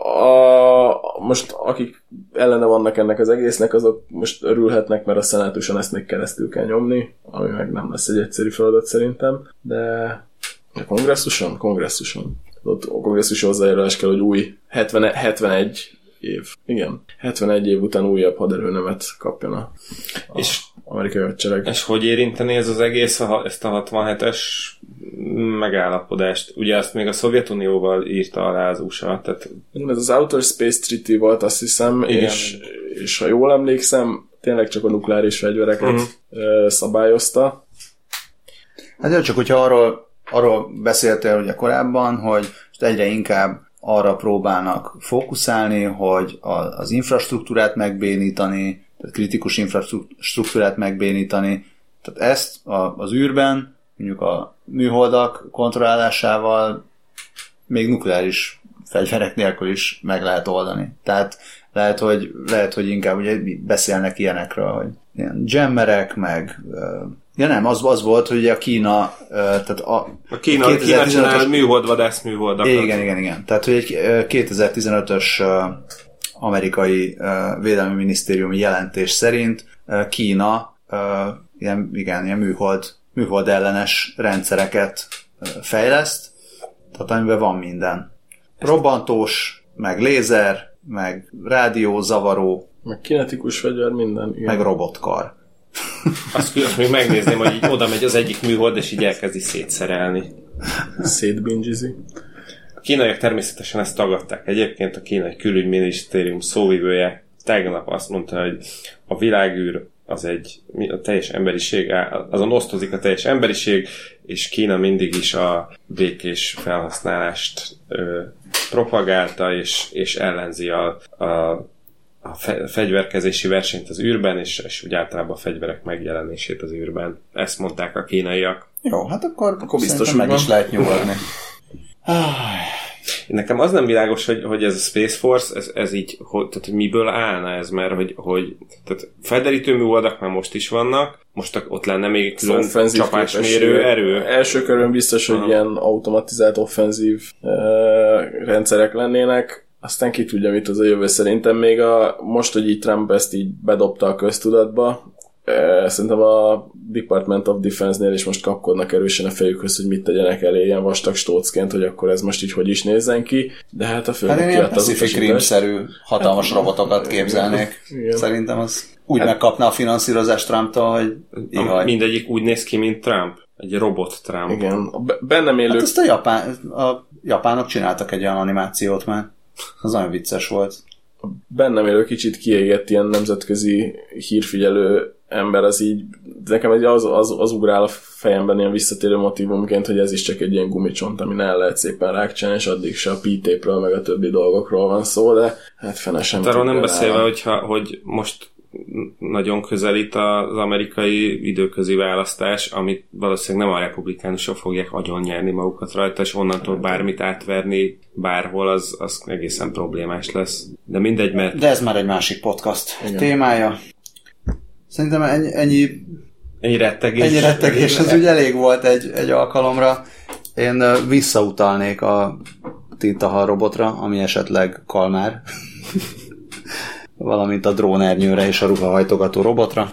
a, a, most akik ellene vannak ennek az egésznek, azok most örülhetnek, mert a szenátuson ezt még keresztül kell nyomni, ami meg nem lesz egy egyszerű feladat szerintem, de a kongresszuson? Kongresszuson. Ott a kongresszus hozzájárulás kell, hogy új hetven, hetvenegy év. Igen. hetvenegy év után újabb haderőnemet kapjon a, a és, amerikai hadsereg. És hogy érinteni ez az egész, a, ezt a hatvanhetes megállapodást? Ugye azt még a Szovjetunióval írta alá az u es á. Tehát... Ez az Outer Space Treaty volt, azt hiszem, és, és ha jól emlékszem, tényleg csak a nukleáris fegyvereket uh-huh. szabályozta. Hát jó, csak hogyha arról, arról beszéltél ugye korábban, hogy egyre inkább arra próbálnak fókuszálni, hogy az infrastruktúrát megbénítani, tehát kritikus infrastruktúrát megbénítani. Tehát ezt az űrben, mondjuk a műholdak kontrollálásával még nukleáris fegyverek nélkül is meg lehet oldani. Tehát lehet, hogy, lehet, hogy inkább ugye beszélnek ilyenekről, hogy ilyen jammerek, meg... Ja nem, az, az volt, hogy a Kína... Tehát a, a Kína, Kína csinál műholdvadász műholdakat. Igen, igen, igen. Tehát, hogy egy kétezer-tizenötös amerikai védelmi minisztériumi jelentés szerint Kína ilyen, igen, ilyen műhold, műhold ellenes rendszereket fejleszt, tehát amiben van minden. Robbantós, meg lézer, meg rádiózavaró, meg kinetikus fegyver, minden. Igen. Meg robotkar. Azt, azt még megnézném, hogy így oda megy az egyik műhold, és így elkezdi szétszerelni. Szétbingizi. A kínaiak természetesen ezt tagadták. Egyébként a kínai külügyminisztérium szóvivője tegnap azt mondta, hogy a világűr az egy a teljes emberiség, azon osztozik a teljes emberiség, és Kína mindig is a békés felhasználást ö, propagálta, és, és ellenzi a, a, a fegyverkezési versenyt az űrben, és, és úgy általában a fegyverek megjelenését az űrben. Ezt mondták a kínaiak. Jó, hát akkor, akkor biztos meg van. Is lehet nyugodni. Nekem az nem világos, hogy, hogy ez a Space Force, ez, ez így, hogy, tehát miből állna ez, mert hogy, hogy tehát felderítő műholdak már most is vannak, most ott lenne még egy külön csapásmérő erő. Első körön biztos, hogy ilyen automatizált offenzív uh, rendszerek lennének. aztán ki tudja, mit az a jövő. Szerintem még a, most, hogy így Trump ezt így bedobta a köztudatba, szerintem a Department of Defense-nél is most kapkodnak erősen a fejükhöz, hogy mit tegyenek elé ilyen vastag stócként, hogy akkor ez most így hogy is nézzen ki, de hát a főnök hát kiadta az Pacific Rim-szerű hatalmas hát, robotokat képzelnék. Igen. Szerintem az úgy hát, megkapna a finanszírozást Trumptól, hogy ihaj. Mindegyik úgy néz ki, mint Trump. Egy robot Trump. Igen. A bennem élők... Hát ezt a, japán, a japánok csináltak egy olyan animációt már. Az nagyon vicces volt. A bennem élő kicsit kiégett ilyen nemzetközi hírfigyelő ember, az így, nekem egy az, az, az ugrál a fejemben ilyen visszatérő motivumként, hogy ez is csak egy ilyen gumicsont, amin el lehet szépen rákcsálni, és addig se a P-tape-ről, meg a többi dolgokról van szó, de hát fene sem. Hát arról nem beszélve, hogyha, hogy most nagyon közelít az amerikai időközi választás, amit valószínűleg nem a republikánusok fogják agyon nyerni magukat rajta, és onnantól bármit átverni bárhol, az, az egészen problémás lesz. De mindegy, mert... De ez már egy másik podcast Igen. témája. Szerintem ennyi... ennyi ennyi rettegés. Ennyi rettegés, ez úgy elég volt egy, egy alkalomra. Én visszautalnék a tintahal robotra, ami esetleg kalmár. Valamint a drónernyőre és a ruhahajtogató robotra.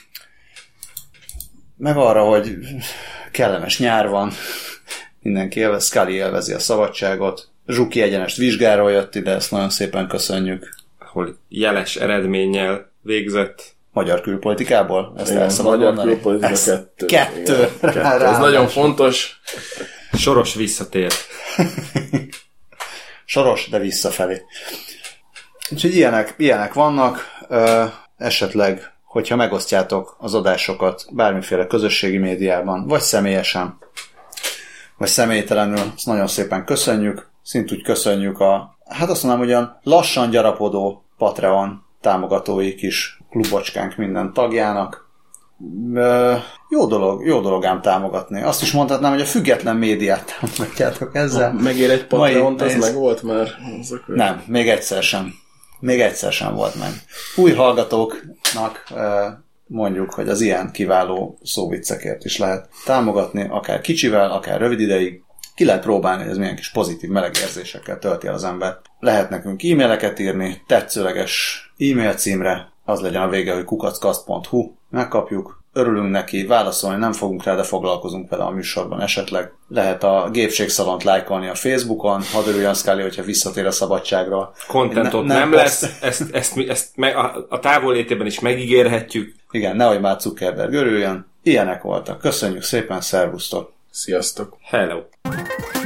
Meg arra, hogy kellemes nyár van, mindenki élvez, Scully élvezi a szabadságot, Zsuki egyenest vizsgáról jött ide, ezt nagyon szépen köszönjük. Ahol jeles eredménnyel végzett. Magyar külpolitikából? Ezt igen, elszabad magyar mondani? külpolitika ez kettő. Kettő. Igen, kettő. Rá, rá, ez nagyon fontos. Soros visszatér. Soros, de visszafelé. Úgyhogy ilyenek, ilyenek vannak. Ö, esetleg, hogyha megosztjátok az adásokat bármiféle közösségi médiában, vagy személyesen, vagy személytelenül, azt nagyon szépen köszönjük. Szintúgy köszönjük a, hát azt mondom, hogy olyan lassan gyarapodó Patreon támogatói kis klubocskánk minden tagjának. Ö, jó dolog, jó dolog ám támogatni. Azt is mondhatnám, hogy a független médiát támogatjátok ezzel. Megér egy Patreont, az meg volt már? Nem, még egyszer sem. Még egyszer sem volt meg. Új hallgatóknak mondjuk, hogy az ilyen kiváló szóviccekért is lehet támogatni, akár kicsivel, akár rövid ideig. Ki lehet próbálni, hogy ez milyen kis pozitív meleg érzésekkel tölti el az embert. Lehet nekünk e-maileket írni, tetszőleges e-mail címre, az legyen a vége, hogy kukackast pont hu, megkapjuk. Örülünk neki, válaszolni nem fogunk rá, de foglalkozunk vele a műsorban esetleg. Lehet a Gépségszalont lájkolni a Facebookon, hadd örüljön Scully, hogyha visszatér a szabadságról. Contentot ne, nem, nem lesz, ezt, ezt, ezt me, a, a távollétében is megígérhetjük. Igen, nehogy már Zuckerberg örüljön. Ilyenek voltak. Köszönjük szépen, szervusztok! Sziasztok! Hello!